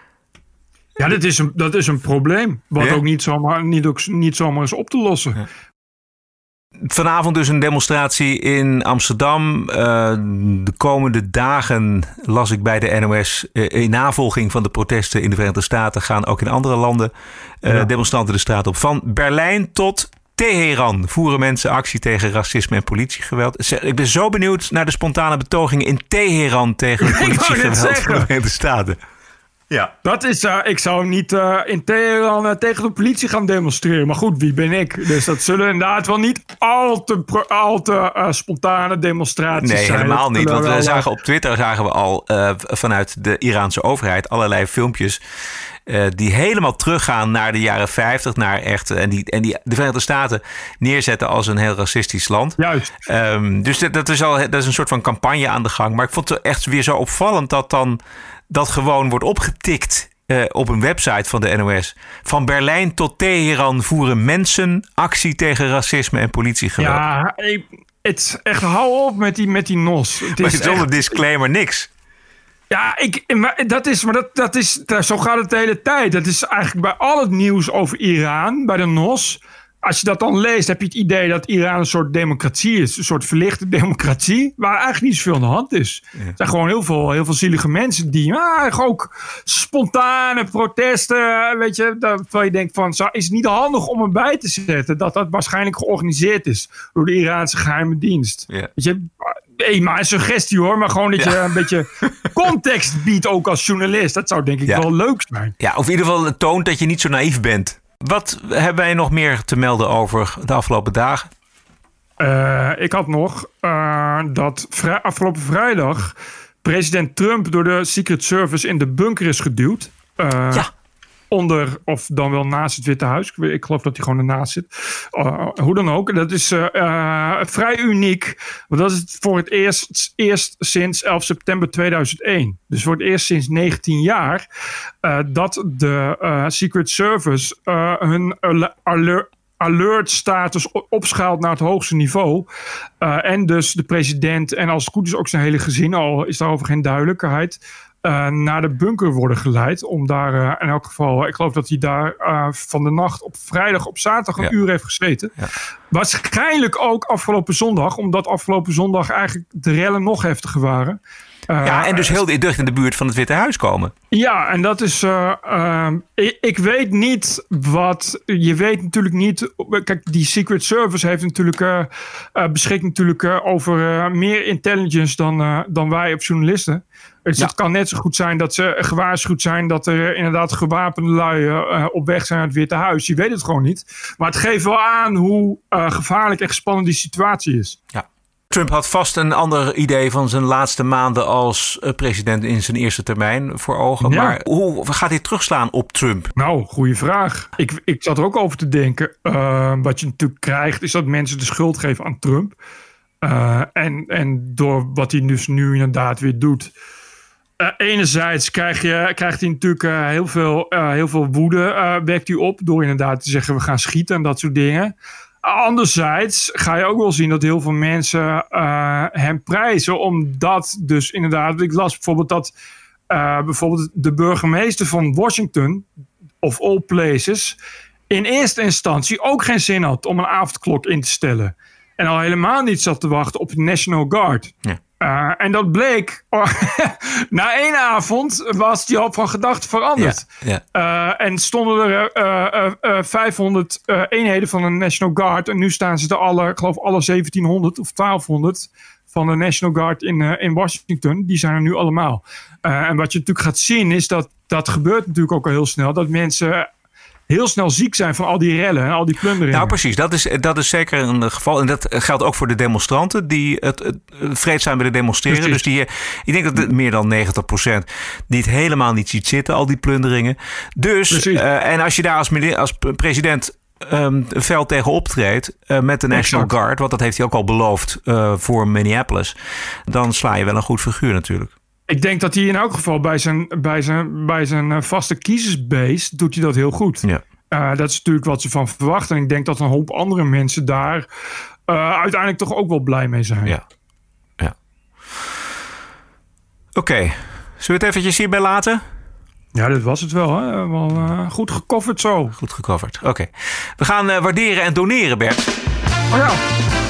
S1: Ja, dat is een, dat is een probleem. Wat ja? ook, niet zomaar, niet, ook niet zomaar is op te lossen. Ja.
S2: Vanavond dus een demonstratie in Amsterdam. Uh, de komende dagen, las ik bij de N O S, uh, in navolging van de protesten in de Verenigde Staten gaan ook in andere landen uh, ja. demonstranten de straat op. Van Berlijn tot Teheran voeren mensen actie tegen racisme en politiegeweld. Ik ben zo benieuwd naar de spontane betogingen in Teheran tegen het politiegeweld van de Verenigde Staten. Ja.
S1: Dat is, uh, ik zou niet uh, in Teheran uh, tegen de politie gaan demonstreren. Maar goed, wie ben ik? Dus dat zullen inderdaad wel niet al te, al te uh, spontane demonstraties
S2: nee,
S1: zijn.
S2: Nee, helemaal niet. Want we zagen op Twitter zagen we al uh, vanuit de Iraanse overheid allerlei filmpjes Uh, die helemaal teruggaan naar de jaren vijftig. Naar echt, en, die, en die de Verenigde Staten neerzetten als een heel racistisch land.
S1: Juist.
S2: Um, dus dat, dat, is al, dat is een soort van campagne aan de gang. Maar ik vond het echt weer zo opvallend dat dan dat gewoon wordt opgetikt uh, op een website van de N O S. Van Berlijn tot Teheran voeren mensen actie tegen racisme en politiegeweld.
S1: Ja, ik, het echt hou op met die, met die nos.
S2: Het maar is zonder echt disclaimer niks.
S1: Ja, ik, maar dat is, maar dat, dat is, zo gaat het de hele tijd. Dat is eigenlijk bij al het nieuws over Iran, bij de N O S. Als je dat dan leest, heb je het idee dat Iran een soort democratie is. Een soort verlichte democratie, waar eigenlijk niet zoveel aan de hand is. Ja. Er zijn gewoon heel veel, heel veel zielige mensen die ah, ook spontane protesten, weet je. Terwijl je denkt van, is het niet handig om erbij te zetten dat dat waarschijnlijk georganiseerd is door de Iraanse geheime dienst. Ja. Weet je, hey, maar een suggestie hoor, maar gewoon dat je ja. een beetje context biedt ook als journalist. Dat zou denk ik ja. wel leuk zijn.
S2: Ja, of in ieder geval toont dat je niet zo naïef bent. Wat hebben wij nog meer te melden over de afgelopen dagen?
S1: Uh, ik had nog uh, dat vrij, afgelopen vrijdag president Trump door de Secret Service in de bunker is geduwd. Uh, ja. Onder, of dan wel naast het Witte Huis. Ik, ik geloof dat hij gewoon ernaast zit. Uh, hoe dan ook. Dat is uh, uh, vrij uniek. Want dat is het voor het eerst, eerst sinds elf september tweeduizend één. Dus voor het eerst sinds negentien jaar. Uh, dat de uh, Secret Service uh, hun alert, alert status opschaalt naar het hoogste niveau. Uh, en dus de president en als het goed is ook zijn hele gezin. Al is daarover geen duidelijkheid. Uh, naar de bunker worden geleid. Om daar uh, in elk geval... Ik geloof dat hij daar uh, van de nacht op vrijdag op zaterdag een ja. uur heeft gezeten. Ja. Waarschijnlijk ook afgelopen zondag. Omdat afgelopen zondag eigenlijk de rellen nog heftiger waren. Uh,
S2: ja, en dus heel dicht in de buurt van het Witte Huis komen.
S1: Ja, en dat is... Uh, uh, ik, ik weet niet wat... Je weet natuurlijk niet... Kijk, die Secret Service heeft natuurlijk... Uh, uh, beschikt natuurlijk uh, over uh, meer intelligence dan, uh, dan wij op journalisten. Dus ja. Het kan net zo goed zijn dat ze gewaarschuwd zijn... dat er inderdaad gewapende lui uh, op weg zijn naar het Witte Huis. Je weet het gewoon niet. Maar het geeft wel aan hoe uh, gevaarlijk en gespannen die situatie is.
S2: Ja. Trump had vast een ander idee van zijn laatste maanden als president in zijn eerste termijn voor ogen. Ja. Maar hoe gaat hij terugslaan op Trump?
S1: Nou, goede vraag. Ik, ik zat er ook over te denken. Uh, wat je natuurlijk krijgt is dat mensen de schuld geven aan Trump. Uh, en, en door wat hij dus nu inderdaad weer doet... Uh, enerzijds krijg je, krijgt hij natuurlijk uh, heel, veel, uh, heel veel woede uh, wekt hij op... door inderdaad te zeggen we gaan schieten en dat soort dingen... Anderzijds ga je ook wel zien dat heel veel mensen uh, hem prijzen. Omdat dus inderdaad... Ik las bijvoorbeeld dat uh, bijvoorbeeld de burgemeester van Washington... of all places... in eerste instantie ook geen zin had om een avondklok in te stellen. En al helemaal niet zat te wachten op de National Guard. Ja. Uh, en dat bleek, oh, na één avond was die al van gedachten veranderd. Ja, ja. Uh, en stonden er uh, uh, uh, vijfhonderd uh, eenheden van de National Guard. En nu staan ze er alle, ik geloof alle zeventienhonderd of twaalfhonderd van de National Guard in, uh, in Washington. Die zijn er nu allemaal. Uh, en wat je natuurlijk gaat zien is dat, dat gebeurt natuurlijk ook al heel snel. Dat mensen... heel snel ziek zijn van al die rellen en al die plunderingen.
S2: Nou precies, dat is, dat is zeker een geval. En dat geldt ook voor de demonstranten die het, het vreedzaam willen demonstreren. Precies. Dus die, ik denk dat het meer dan negentig procent die het helemaal niet ziet zitten, al die plunderingen. Dus, uh, en als je daar als, als president um, fel tegen optreedt uh, met de National exact. Guard, want dat heeft hij ook al beloofd uh, voor Minneapolis, dan sla je wel een goed figuur natuurlijk.
S1: Ik denk dat hij in elk geval bij zijn, bij zijn, bij zijn vaste kiezersbase doet hij dat heel goed. Ja. Uh, dat is natuurlijk wat ze van verwachten. En ik denk dat een hoop andere mensen daar uh, uiteindelijk toch ook wel blij mee zijn.
S2: Ja. ja. Oké, okay. Zullen we het eventjes hierbij laten?
S1: Ja, dit was het wel. Hè? Wel uh, goed gecoverd zo.
S2: Goed gecoverd, oké. Okay. We gaan uh, waarderen en doneren, Bert.
S1: Oh ja.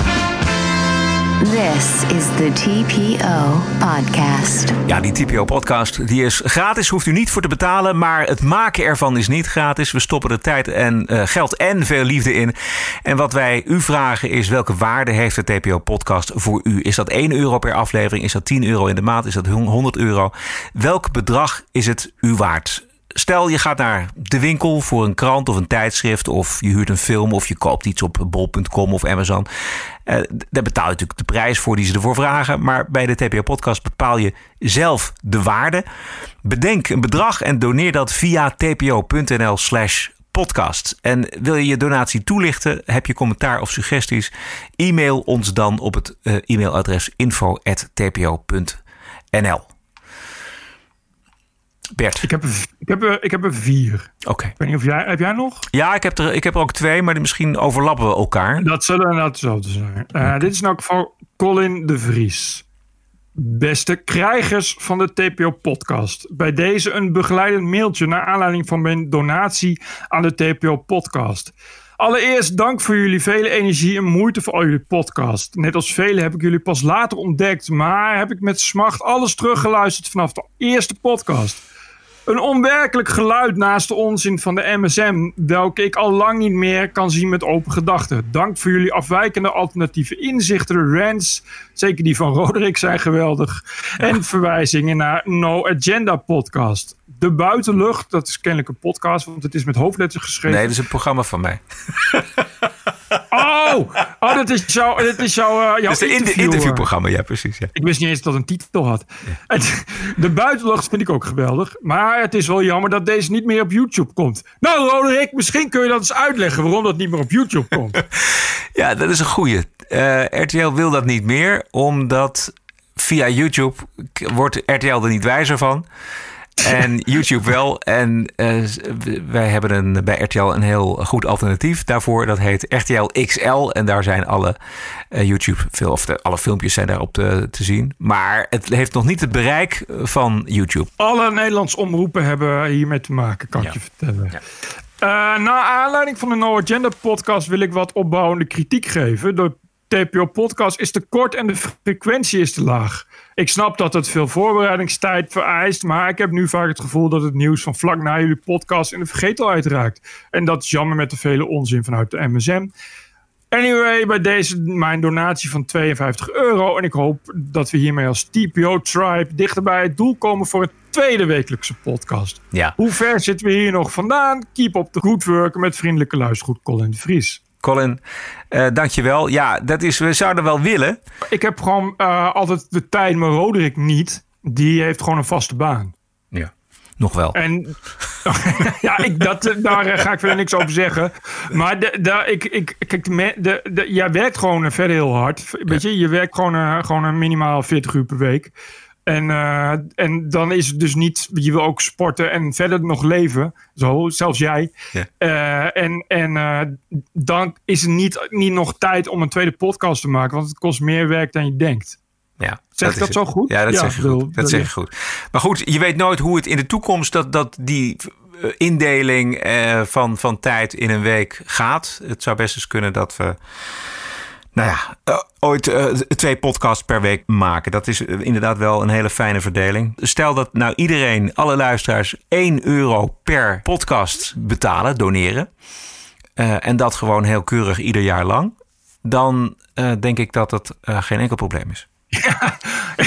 S3: This is the T P O podcast.
S2: Ja, die T P O-podcast die is gratis, hoeft u niet voor te betalen. Maar het maken ervan is niet gratis. We stoppen er tijd en uh, geld en veel liefde in. En wat wij u vragen is, welke waarde heeft de T P O-podcast voor u? Is dat één euro per aflevering? Is dat tien euro in de maand? Is dat honderd euro? Welk bedrag is het u waard? Stel, je gaat naar de winkel voor een krant of een tijdschrift, of je huurt een film of je koopt iets op bol punt com of Amazon. Uh, daar betaal je natuurlijk de prijs voor die ze ervoor vragen. Maar bij de T P O-podcast bepaal je zelf de waarde. Bedenk een bedrag en doneer dat via tpo.nl slash podcast. En wil je je donatie toelichten, heb je commentaar of suggesties, e-mail ons dan op het uh, e-mailadres info at tpo punt n l. Bert.
S1: Ik heb er, ik heb er, ik heb er vier.
S2: Oké. Okay.
S1: Ik weet niet of jij... Heb jij nog?
S2: Ja, ik heb er, ik heb er ook twee, maar misschien overlappen we elkaar.
S1: Dat zullen inderdaad hetzelfde zijn. Uh, okay. Dit is in elk geval Colin de Vries. Beste krijgers van de T P O-podcast. Bij deze een begeleidend mailtje naar aanleiding van mijn donatie aan de T P O-podcast. Allereerst dank voor jullie vele energie en moeite voor al jullie podcast. Net als velen heb ik jullie pas later ontdekt, maar heb ik met smacht alles teruggeluisterd vanaf de eerste podcast. Een onwerkelijk geluid naast de onzin van de M S M, welke ik al lang niet meer kan zien met open gedachten. Dank voor jullie afwijkende alternatieve inzichten, de rants, zeker die van Roderick zijn geweldig, ja. En verwijzingen naar No Agenda podcast. De Buitenlucht, dat is kennelijk een podcast, want het is met hoofdletters geschreven.
S2: Nee, dat is een programma van mij.
S1: Oh, oh dat is jouw, dat is jouw, uh, jouw
S2: dat is de
S1: interview,
S2: interviewprogramma, ja precies. Ja.
S1: Ik wist niet eens dat het een titel had. Ja. De Buitenlucht vind ik ook geweldig. Maar het is wel jammer dat deze niet meer op YouTube komt. Nou Roderick, misschien kun je dat eens uitleggen waarom dat niet meer op YouTube komt.
S2: Ja, dat is een goeie. Uh, R T L wil dat niet meer, omdat via YouTube wordt R T L er niet wijzer van. En YouTube wel. En uh, wij hebben een, bij R T L een heel goed alternatief daarvoor. Dat heet R T L X L. En daar zijn alle uh, YouTube, veel, of de, alle filmpjes zijn daarop te, te zien. Maar het heeft nog niet het bereik van YouTube.
S1: Alle Nederlandse omroepen hebben hiermee te maken, kan ik ja. je vertellen. Ja. Uh, na aanleiding van de No Agenda podcast wil ik wat opbouwende kritiek geven. De T P O-podcast is te kort en de frequentie is te laag. Ik snap dat het veel voorbereidingstijd vereist, maar ik heb nu vaak het gevoel dat het nieuws van vlak na jullie podcast in de vergetelheid raakt. En dat is jammer met de vele onzin vanuit de M S M. Anyway, bij deze mijn donatie van tweeënvijftig euro. En ik hoop dat we hiermee als T P O-tribe dichter bij het doel komen voor een tweede wekelijkse podcast.
S2: Ja.
S1: Hoe ver zitten we hier nog vandaan? Keep up the good work met vriendelijke luistergoed Colin de Vries.
S2: Colin, uh, dankjewel. Ja, dat is, we zouden wel willen.
S1: Ik heb gewoon uh, altijd de tijd, maar Roderick niet. Die heeft gewoon een vaste baan.
S2: Ja, nog wel.
S1: En ja, ik, dat, daar ga ik verder niks over zeggen. Maar de, de, ik, ik, kijk, de, de, de, jij werkt gewoon verder heel hard. Weet je, je werkt gewoon, uh, gewoon een minimaal veertig uur per week. En, uh, en dan is het dus niet... Je wil ook sporten en verder nog leven. Zo, zelfs jij. Ja. Uh, en en uh, dan is er niet, niet nog tijd om een tweede podcast te maken. Want het kost meer werk dan je denkt.
S2: Ja,
S1: zeg ik dat zo goed?
S2: Ja, dat ja, zeg je goed. Dat zeg je goed. Maar goed, je weet nooit hoe het in de toekomst... dat, dat die uh, indeling uh, van, van tijd in een week gaat. Het zou best eens kunnen dat we... Nou ja, uh, ooit uh, twee podcasts per week maken. Dat is uh, inderdaad wel een hele fijne verdeling. Stel dat nou iedereen, alle luisteraars, één euro per podcast betalen, doneren. Uh, en dat gewoon heel keurig ieder jaar lang. Dan uh, denk ik dat het uh, geen enkel probleem is.
S1: Ja,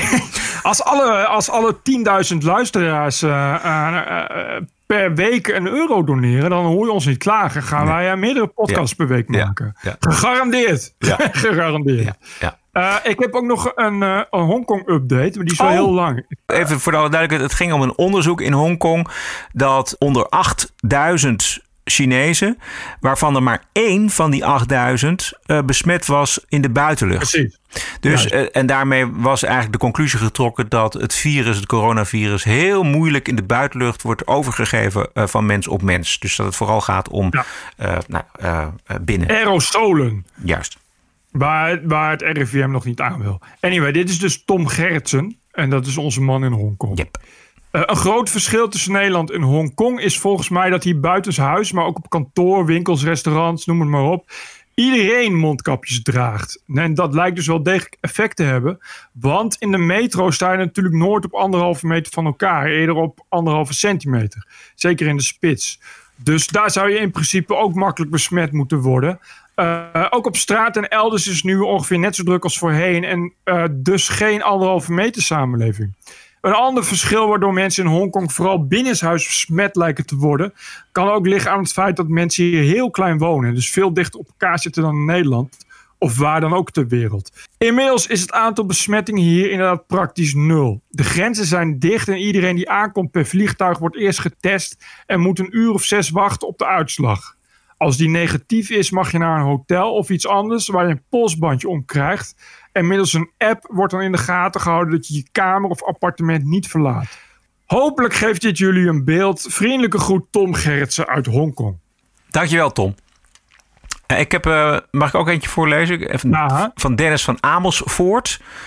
S1: als alle, als alle tienduizend luisteraars uh, uh, uh, per week een euro doneren, dan hoor je ons niet klagen. Gaan nee. wij uh, meerdere podcasts ja. per week maken. Ja. Ja. Gegarandeerd. Ja. Gegarandeerd. Ja. Ja. Uh, ik heb ook nog een, uh, een Hongkong-update, maar die is wel oh. heel lang.
S2: Even voor de duidelijkheid, het ging om een onderzoek in Hongkong dat onder achtduizend Chinezen, waarvan er maar één van die achtduizend uh, besmet was in de buitenlucht.
S1: Precies.
S2: Dus, uh, en daarmee was eigenlijk de conclusie getrokken dat het virus, het coronavirus, heel moeilijk in de buitenlucht wordt overgegeven uh, van mens op mens. Dus dat het vooral gaat om ja. uh, nou, uh, binnen.
S1: Aerosolen.
S2: Juist.
S1: Waar, waar het R I V M nog niet aan wil. Anyway, dit is dus Tom Gerritsen. En dat is onze man in Hongkong.
S2: Yep.
S1: Uh, een groot verschil tussen Nederland en Hongkong is volgens mij dat hier buitenshuis, maar ook op kantoor, winkels, restaurants, noem het maar op, iedereen mondkapjes draagt. En dat lijkt dus wel degelijk effect te hebben. Want in de metro sta je natuurlijk nooit op anderhalve meter van elkaar. Eerder op anderhalve centimeter. Zeker in de spits. Dus daar zou je in principe ook makkelijk besmet moeten worden. Uh, ook op straat en elders is het nu ongeveer net zo druk als voorheen. En uh, dus geen anderhalve meter samenleving. Een ander verschil waardoor mensen in Hongkong vooral binnenshuis besmet lijken te worden, kan ook liggen aan het feit dat mensen hier heel klein wonen. Dus veel dichter op elkaar zitten dan in Nederland. Of waar dan ook ter wereld. Inmiddels is het aantal besmettingen hier inderdaad praktisch nul. De grenzen zijn dicht en iedereen die aankomt per vliegtuig wordt eerst getest en moet een uur of zes wachten op de uitslag. Als die negatief is, mag je naar een hotel of iets anders waar je een polsbandje om krijgt. En middels een app wordt dan in de gaten gehouden dat je je kamer of appartement niet verlaat. Hopelijk geeft dit jullie een beeld. Vriendelijke groet Tom Gerritsen uit Hongkong.
S2: Dankjewel Tom. Ik heb, uh, mag ik ook eentje voorlezen? Even, van Dennis van Amersfoort.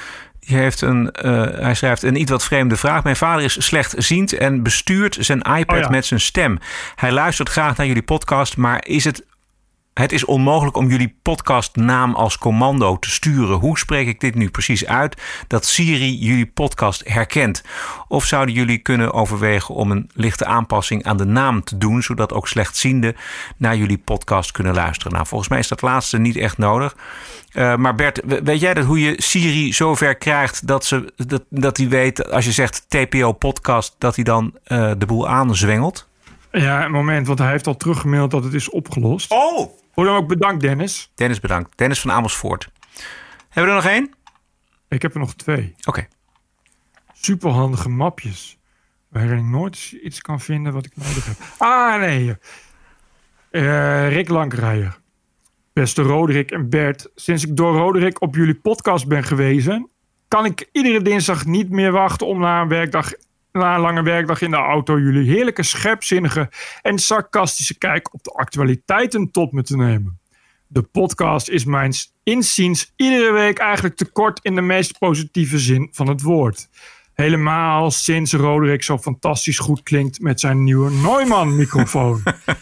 S2: Die heeft een, uh, hij schrijft een iets wat vreemde vraag. Mijn vader is slechtziend en bestuurt zijn iPad oh ja. met zijn stem. Hij luistert graag naar jullie podcast, maar is het... Het is onmogelijk om jullie podcastnaam als commando te sturen. Hoe spreek ik dit nu precies uit dat Siri jullie podcast herkent? Of zouden jullie kunnen overwegen om een lichte aanpassing aan de naam te doen, zodat ook slechtzienden naar jullie podcast kunnen luisteren? Nou, volgens mij is dat laatste niet echt nodig. Uh, maar Bert, weet jij dat hoe je Siri zover krijgt dat ze dat, dat hij weet, als je zegt T P O podcast, dat hij dan uh, de boel aanzwengelt?
S1: Ja, een moment, want hij heeft al teruggemaild dat het is opgelost.
S2: Oh!
S1: Hoe dan ook bedankt, Dennis.
S2: Dennis bedankt. Dennis van Amersfoort. Hebben we er nog één?
S1: Ik heb er nog twee.
S2: Oké. Okay.
S1: Superhandige mapjes. Waarin ik nooit iets kan vinden wat ik nodig heb. Ah, nee. Uh, Rick Lankrijer. Beste Roderick en Bert. Sinds ik door Roderick op jullie podcast ben gewezen, kan ik iedere dinsdag niet meer wachten om na een werkdag... na een lange werkdag in de auto jullie heerlijke, scherpzinnige en sarcastische kijk op de actualiteiten tot me te nemen. De podcast is mijns inziens iedere week eigenlijk te kort in de meest positieve zin van het woord. Helemaal sinds Roderick zo fantastisch goed klinkt met zijn nieuwe Neumann-microfoon.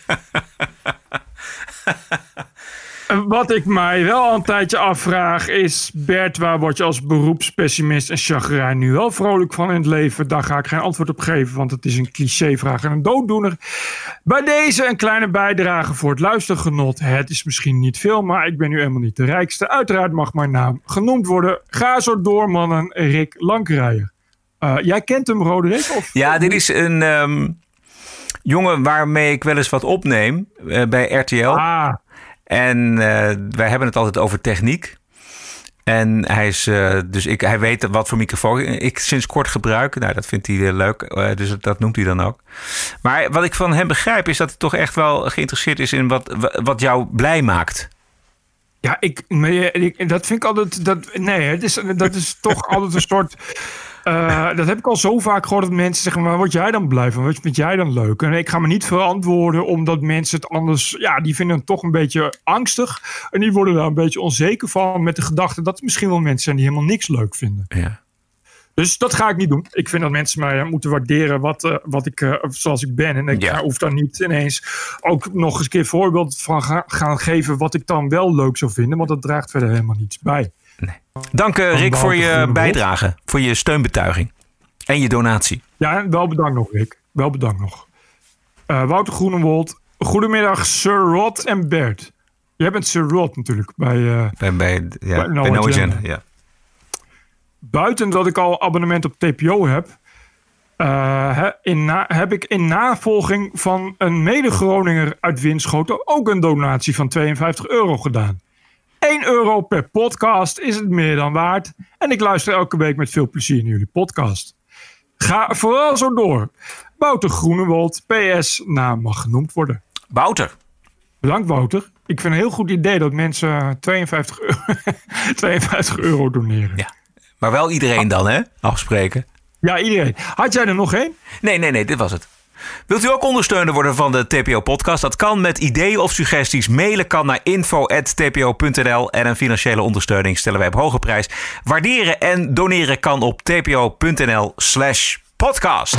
S1: Wat ik mij wel al een tijdje afvraag is, Bert, waar word je als beroepspessimist en chagrijn nu wel vrolijk van in het leven? Daar ga ik geen antwoord op geven, want het is een clichévraag en een dooddoener. Bij deze een kleine bijdrage voor het luistergenot. Het is misschien niet veel, maar ik ben nu helemaal niet de rijkste. Uiteraard mag mijn naam genoemd worden. Ga zo door, mannen. Rick Lankrijer. Uh, jij kent hem, Roderick? Of?
S2: Ja, dit is een um, jongen waarmee ik wel eens wat opneem uh, bij R T L.
S1: Ah.
S2: En uh, wij hebben het altijd over techniek. En hij is, uh, dus ik, hij weet wat voor microfoon ik sinds kort gebruik. Nou, dat vindt hij uh, leuk. Uh, dus dat noemt hij dan ook. Maar wat ik van hem begrijp is dat hij toch echt wel geïnteresseerd is in wat, wat jou blij maakt.
S1: Ja, ik, ik, dat vind ik altijd... Dat, nee, het is, dat is toch altijd een soort... Uh, dat heb ik al zo vaak gehoord dat mensen zeggen, maar word jij dan blij van? Wat vind jij dan leuk? En ik ga me niet verantwoorden omdat mensen het anders... Ja, die vinden het toch een beetje angstig. En die worden daar een beetje onzeker van met de gedachte dat er misschien wel mensen zijn die helemaal niks leuk vinden.
S2: Ja.
S1: Dus dat ga ik niet doen. Ik vind dat mensen mij moeten waarderen wat, uh, wat ik, uh, zoals ik ben. En ik ja. hoef daar niet ineens ook nog eens een keer voorbeeld van ga, gaan geven wat ik dan wel leuk zou vinden. Want dat draagt verder helemaal niets bij.
S2: Nee. Dank uh, Rick voor je bijdrage, voor je steunbetuiging en je donatie.
S1: Ja, wel bedankt nog Rick. Wel bedankt nog. Uh, Wouter Groenewold. Goedemiddag Sir Rod en Bert. Jij bent Sir Rod natuurlijk bij... Uh,
S2: bij, bij, ja, bij No Agenda. Ja.
S1: Buiten dat ik al abonnement op T P O heb... Uh, in na, heb ik in navolging van een mede-Groninger uit Winschoten ook een donatie van tweeënvijftig euro gedaan. één euro per podcast is het meer dan waard. En ik luister elke week met veel plezier naar jullie podcast. Ga vooral zo door. Wouter Groenewold, P S, naam mag genoemd worden.
S2: Wouter.
S1: Bedankt Wouter. Ik vind een heel goed idee dat mensen tweeënvijftig euro, tweeënvijftig euro doneren.
S2: Ja, maar wel iedereen dan, hè? Afspreken.
S1: Ja, iedereen. Had jij er nog één?
S2: Nee, nee, nee, dit was het. Wilt u ook ondersteuner worden van de T P O-podcast? Dat kan met ideeën of suggesties. Mailen kan naar info at t p o punt n l. En een financiële ondersteuning stellen wij op hoge prijs. Waarderen en doneren kan op t p o punt n l slash podcast.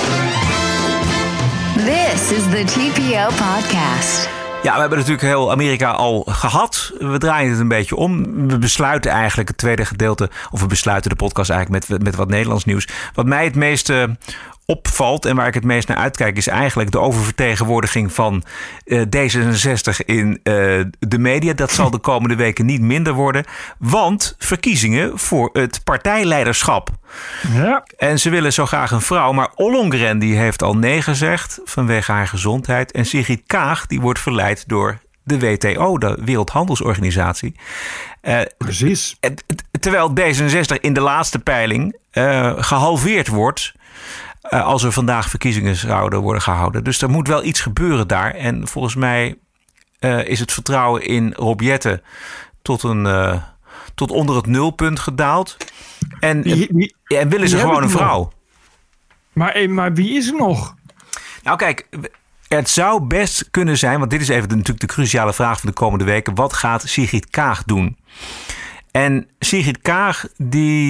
S3: This is the T P O-podcast.
S2: Ja, we hebben natuurlijk heel Amerika al gehad. We draaien het een beetje om. We besluiten eigenlijk het tweede gedeelte... of we besluiten de podcast eigenlijk met, met wat Nederlands nieuws. Wat mij het meeste opvalt en waar ik het meest naar uitkijk... is eigenlijk de oververtegenwoordiging van uh, D zesenzestig in uh, de media. Dat zal de komende weken niet minder worden. Want verkiezingen voor het partijleiderschap.
S1: Ja.
S2: En ze willen zo graag een vrouw. Maar Ollongren die heeft al nee gezegd vanwege haar gezondheid. En Sigrid Kaag die wordt verleid door de W T O, de Wereldhandelsorganisatie. Uh,
S1: Precies.
S2: Terwijl D zesenzestig in de laatste peiling uh, gehalveerd wordt... Uh, als er vandaag verkiezingen zouden worden gehouden. Dus er moet wel iets gebeuren daar. En volgens mij uh, is het vertrouwen in Rob Jetten tot, een, uh, tot onder het nulpunt gedaald. En,
S1: wie, wie,
S2: en willen ze gewoon een vrouw. Nog.
S1: Maar, maar wie is er nog?
S2: Nou kijk, het zou best kunnen zijn... want dit is even de, natuurlijk de cruciale vraag van de komende weken... wat gaat Sigrid Kaag doen? En Sigrid Kaag die...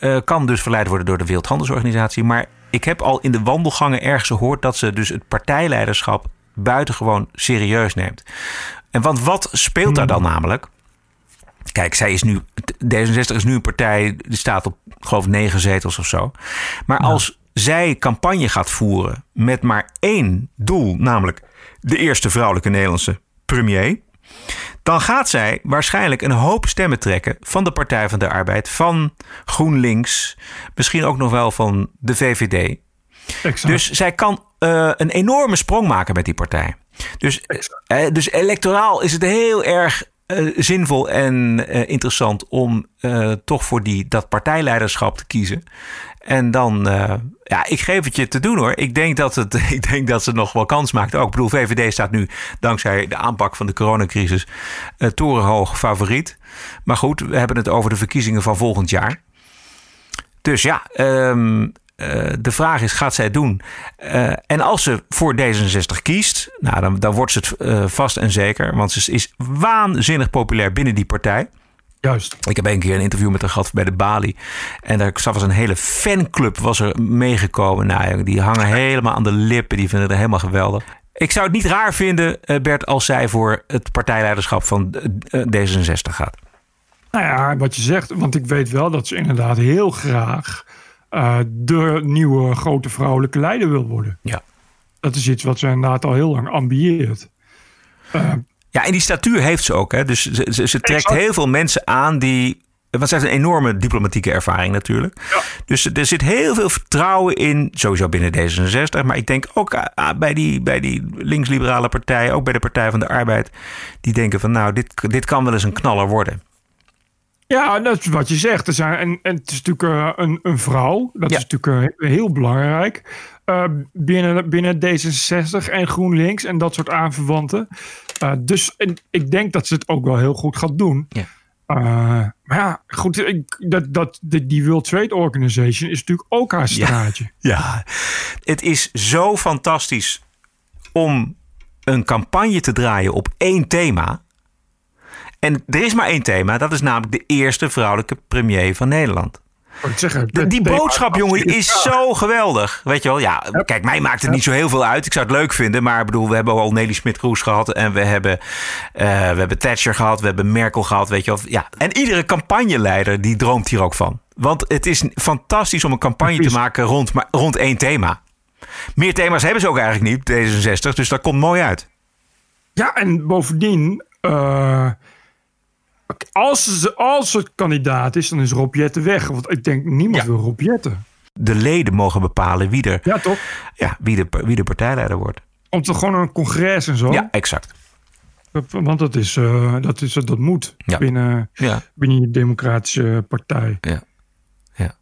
S2: uh, kan dus verleid worden door de Wereldhandelsorganisatie. Maar ik heb al in de wandelgangen ergens gehoord dat ze dus het partijleiderschap buitengewoon serieus neemt. En want wat speelt daar dan namelijk? Kijk, zij is nu, D zesenzestig is nu een partij die staat op, geloof ik, negen zetels of zo. Maar ja. als zij campagne gaat voeren met maar één doel, namelijk de eerste vrouwelijke Nederlandse premier, dan gaat zij waarschijnlijk een hoop stemmen trekken van de Partij van de Arbeid, van GroenLinks, misschien ook nog wel van de V V D. Exact. Dus zij kan uh, een enorme sprong maken met die partij. Dus, uh, dus electoraal is het heel erg uh, zinvol en uh, interessant om uh, toch voor die, dat partijleiderschap te kiezen. En dan, uh, ja, ik geef het je te doen hoor. Ik denk dat, het, ik denk dat ze nog wel kans maakt ook. Ik bedoel, V V D staat nu, dankzij de aanpak van de coronacrisis, uh, torenhoog favoriet. Maar goed, we hebben het over de verkiezingen van volgend jaar. Dus ja, um, uh, de vraag is, gaat zij het doen? Uh, en als ze voor D zesenzestig kiest, nou, dan, dan wordt ze het uh, vast en zeker. Want ze is waanzinnig populair binnen die partij.
S1: Juist.
S2: Ik heb een keer een interview met haar gehad bij de Bali. En daar was een hele fanclub was er meegekomen. Nou, die hangen helemaal aan de lippen. Die vinden het helemaal geweldig. Ik zou het niet raar vinden, Bert, als zij voor het partijleiderschap van D zesenzestig gaat.
S1: Nou ja, wat je zegt. Want ik weet wel dat ze inderdaad heel graag uh, de nieuwe grote vrouwelijke leider wil worden.
S2: Ja.
S1: Dat is iets wat ze inderdaad al heel lang ambieert. Uh,
S2: Ja, en die statuur heeft ze ook. Hè? Dus ze, ze, ze trekt heel veel mensen aan die... Want ze heeft een enorme diplomatieke ervaring natuurlijk. Ja. Dus er zit heel veel vertrouwen in, sowieso binnen D zesenzestig. Maar ik denk ook ah, bij die, bij die linksliberale partijen, ook bij de Partij van de Arbeid. Die denken van nou, dit, dit kan wel eens een knaller worden.
S1: Ja, dat is wat je zegt. Er zijn, en, en het is natuurlijk een, een vrouw. Dat ja. is natuurlijk heel belangrijk. Uh, binnen, binnen D zesenzestig en GroenLinks en dat soort aanverwanten. Uh, dus en ik denk dat ze het ook wel heel goed gaat doen.
S2: Ja.
S1: Uh, maar ja, goed, ik, dat, dat, die World Trade Organization is natuurlijk ook haar straatje.
S2: Ja, ja, het is zo fantastisch om een campagne te draaien op één thema. En er is maar één thema, dat is namelijk de eerste vrouwelijke premier van Nederland.
S1: Zeggen,
S2: de, die boodschap, jongen, is zo geweldig. Weet je wel, ja, kijk, mij maakt het niet zo heel veel uit. Ik zou het leuk vinden, maar ik bedoel, we hebben al Nelly Smit-Kroes gehad en we hebben, uh, we hebben Thatcher gehad, we hebben Merkel gehad, weet je wel. Ja. En iedere campagneleider die droomt hier ook van. Want het is fantastisch om een campagne te maken rond, rond één thema. Meer thema's hebben ze ook eigenlijk niet, D zesenzestig, dus dat komt mooi uit.
S1: Ja, en bovendien... Uh... Als ze, als het kandidaat is, dan is Rob Jetten weg. Want ik denk, niemand ja. wil Rob Jetten.
S2: De leden mogen bepalen wie er,
S1: ja, toch?
S2: Ja, wie, de, wie de partijleider wordt.
S1: Om toch gewoon een congres en zo?
S2: Ja, exact.
S1: Want dat, is, uh, dat, is, dat moet
S2: ja.
S1: binnen,
S2: ja.
S1: binnen je democratische partij.
S2: Ja. ja.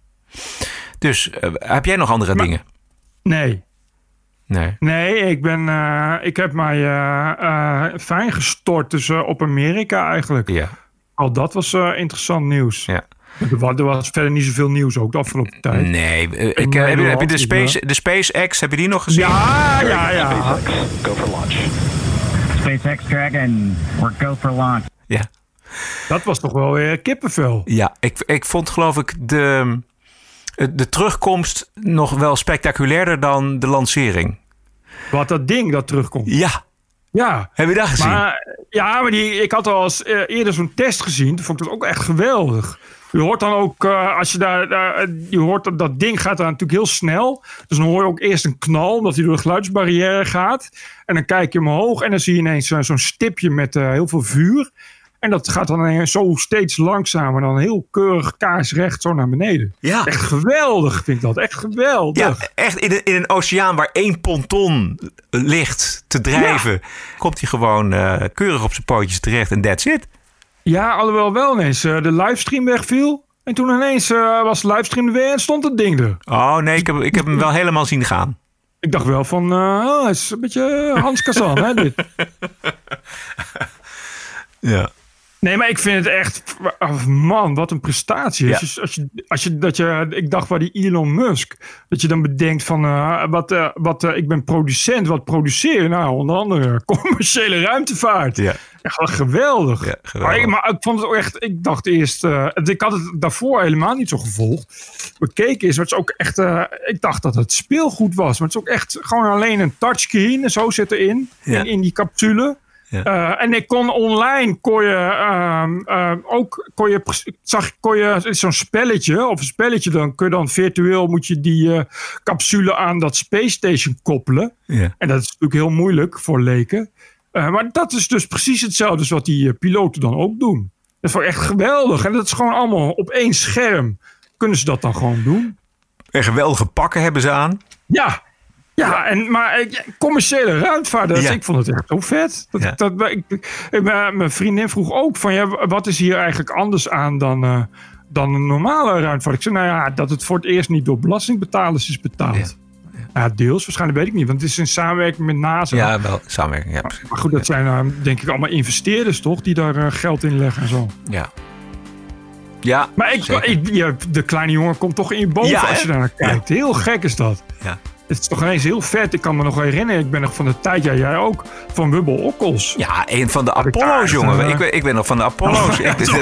S2: Dus, uh, heb jij nog andere
S1: maar,
S2: dingen?
S1: Nee.
S2: Nee.
S1: Nee, ik ben, uh, ik heb mij uh, uh, fijn gestort dus, uh, op Amerika eigenlijk.
S2: Ja.
S1: Al dat was uh, interessant nieuws.
S2: Ja.
S1: Er was, er was verder niet zoveel nieuws ook de afgelopen tijd.
S2: Nee. Uh, ik, uh, heb, je, heb je de, Space, de SpaceX, heb je die nog gezien?
S1: Ja, ja, ja.
S8: Go for launch. SpaceX Dragon, we're go for launch.
S2: Ja.
S1: Dat was toch wel weer kippenvel.
S2: Ja, ik, ik vond geloof ik de... de terugkomst nog wel spectaculairder dan de lancering.
S1: Wat dat ding dat terugkomt.
S2: Ja.
S1: Ja.
S2: Heb je dat gezien?
S1: Maar, ja, maar die, ik had al eens uh, eerder zo'n test gezien. Toen vond ik dat ook echt geweldig. Je hoort dan ook, uh, als je daar, uh, je hoort dat, dat ding gaat dan natuurlijk heel snel. Dus dan hoor je ook eerst een knal, omdat hij door de geluidsbarrière gaat. En dan kijk je omhoog en dan zie je ineens uh, zo'n stipje met uh, heel veel vuur. En dat gaat dan zo steeds langzamer, dan heel keurig kaarsrecht zo naar beneden.
S2: Ja.
S1: Echt geweldig vind ik dat. Echt geweldig.
S2: Ja, echt in een, in een oceaan waar één ponton ligt te drijven, ja. komt hij gewoon uh, keurig op zijn pootjes terecht en that's it.
S1: Ja, alhoewel wel ineens uh, de livestream wegviel. En toen ineens uh, was de livestream er weer en stond het ding er.
S2: Oh nee, ik heb, ik heb hem wel helemaal zien gaan.
S1: Ik dacht wel van, uh, oh, het is een beetje Hans Kazan, hè, dit.
S2: Ja.
S1: Nee, maar ik vind het echt... Oh man, wat een prestatie.
S2: Ja.
S1: Als je, als je, als je, dat je, ik dacht bij die Elon Musk... dat je dan bedenkt van... Uh, wat, uh, wat, uh, ik ben producent, wat produceer je? Nou, onder andere commerciële ruimtevaart.
S2: Ja.
S1: Echt wel geweldig.
S2: Ja, geweldig.
S1: Maar, ik, maar ik vond het ook echt... Ik dacht eerst... Uh, ik had het daarvoor helemaal niet zo gevolgd. Bekeken is, maar het is ook echt... Uh, ik dacht dat het speelgoed was. Maar het is ook echt gewoon alleen een touchscreen. En zo zit erin.
S2: Ja.
S1: In, in die capsule. Ja. Uh, en ik kon online, kon je uh, uh, ook, kon je, zag, kon je zo'n spelletje, of een spelletje, dan kun je dan virtueel, moet je die uh, capsule aan dat Space Station koppelen.
S2: Ja. En
S1: dat is natuurlijk heel moeilijk voor leken. Uh, maar dat is dus precies hetzelfde als wat die uh, piloten dan ook doen. Dat is wel echt geweldig. En dat is gewoon allemaal op één scherm. Kunnen ze dat dan gewoon doen?
S2: En geweldige pakken hebben ze aan.
S1: Ja. Ja, en, maar commerciële ruimtevaart, dat,
S2: ja.
S1: ik vond het echt zo vet. Dat,
S2: ja.
S1: dat, dat, ik, ik, mijn vriendin vroeg ook van, ja, wat is hier eigenlijk anders aan dan, uh, dan een normale ruimtevaart? Ik zei, nou ja, dat het voor het eerst niet door belastingbetalers is betaald. Ja, ja. ja deels, waarschijnlijk weet ik niet, want het is in samenwerking met NASA.
S2: Ja, wel samenwerking, ja.
S1: Maar, maar goed, dat zijn uh, denk ik allemaal investeerders, toch? Die daar uh, geld in leggen en zo.
S2: Ja. Ja,
S1: maar ik, ik, ja, de kleine jongen komt toch in je boven ja, als je daar naar kijkt. Ja. Heel gek is dat.
S2: Ja.
S1: Het is toch ineens heel vet. Ik kan me nog herinneren. Ik ben nog van de tijd, ja, jij ook, van Wubbel Okkels.
S2: Ja, een van de Apollo's, jongen. Uh, ik, ben, ik ben nog van de Apollo's. Oh, ja,
S1: zo,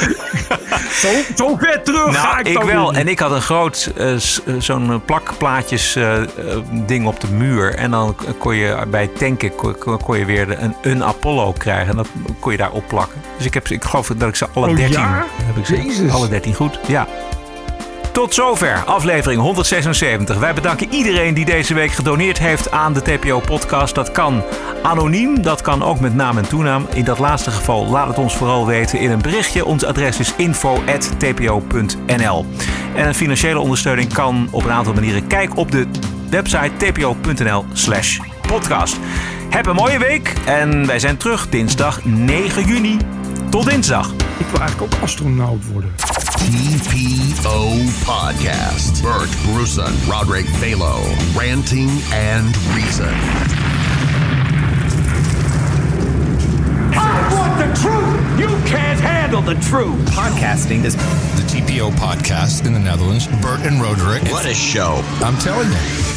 S1: zo, zo ver terug nou, ga ik,
S2: ik
S1: dan
S2: wel.
S1: weer.
S2: En ik had een groot, uh, zo'n plakplaatjes uh, ding op de muur. En dan kon je bij tanken kon, kon je weer een, een Apollo krijgen. En dat kon je daar opplakken. Dus ik, heb, ik geloof dat ik ze alle dertien...
S1: Oh, ja?
S2: Heb ik ze Jezus. Alle dertien goed, ja. Tot zover aflevering honderdzesenzeventig. Wij bedanken iedereen die deze week gedoneerd heeft aan de T P O-podcast. Dat kan anoniem, dat kan ook met naam en toenaam. In dat laatste geval laat het ons vooral weten in een berichtje. Ons adres is info at t p o punt n l. En een financiële ondersteuning kan op een aantal manieren. Kijk op de website t p o punt n l slash podcast. Heb een mooie week en wij zijn terug dinsdag negen juni. Tot dinsdag.
S1: Ik wil eigenlijk ook astronaut worden.
S4: T P O Podcast. Bert Brussen, Roderick Balo, ranting and reason.
S13: I want the truth. You can't handle the truth.
S9: Podcasting is the T P O Podcast in the Netherlands. Bert and Roderick.
S4: What a show.
S9: I'm telling you.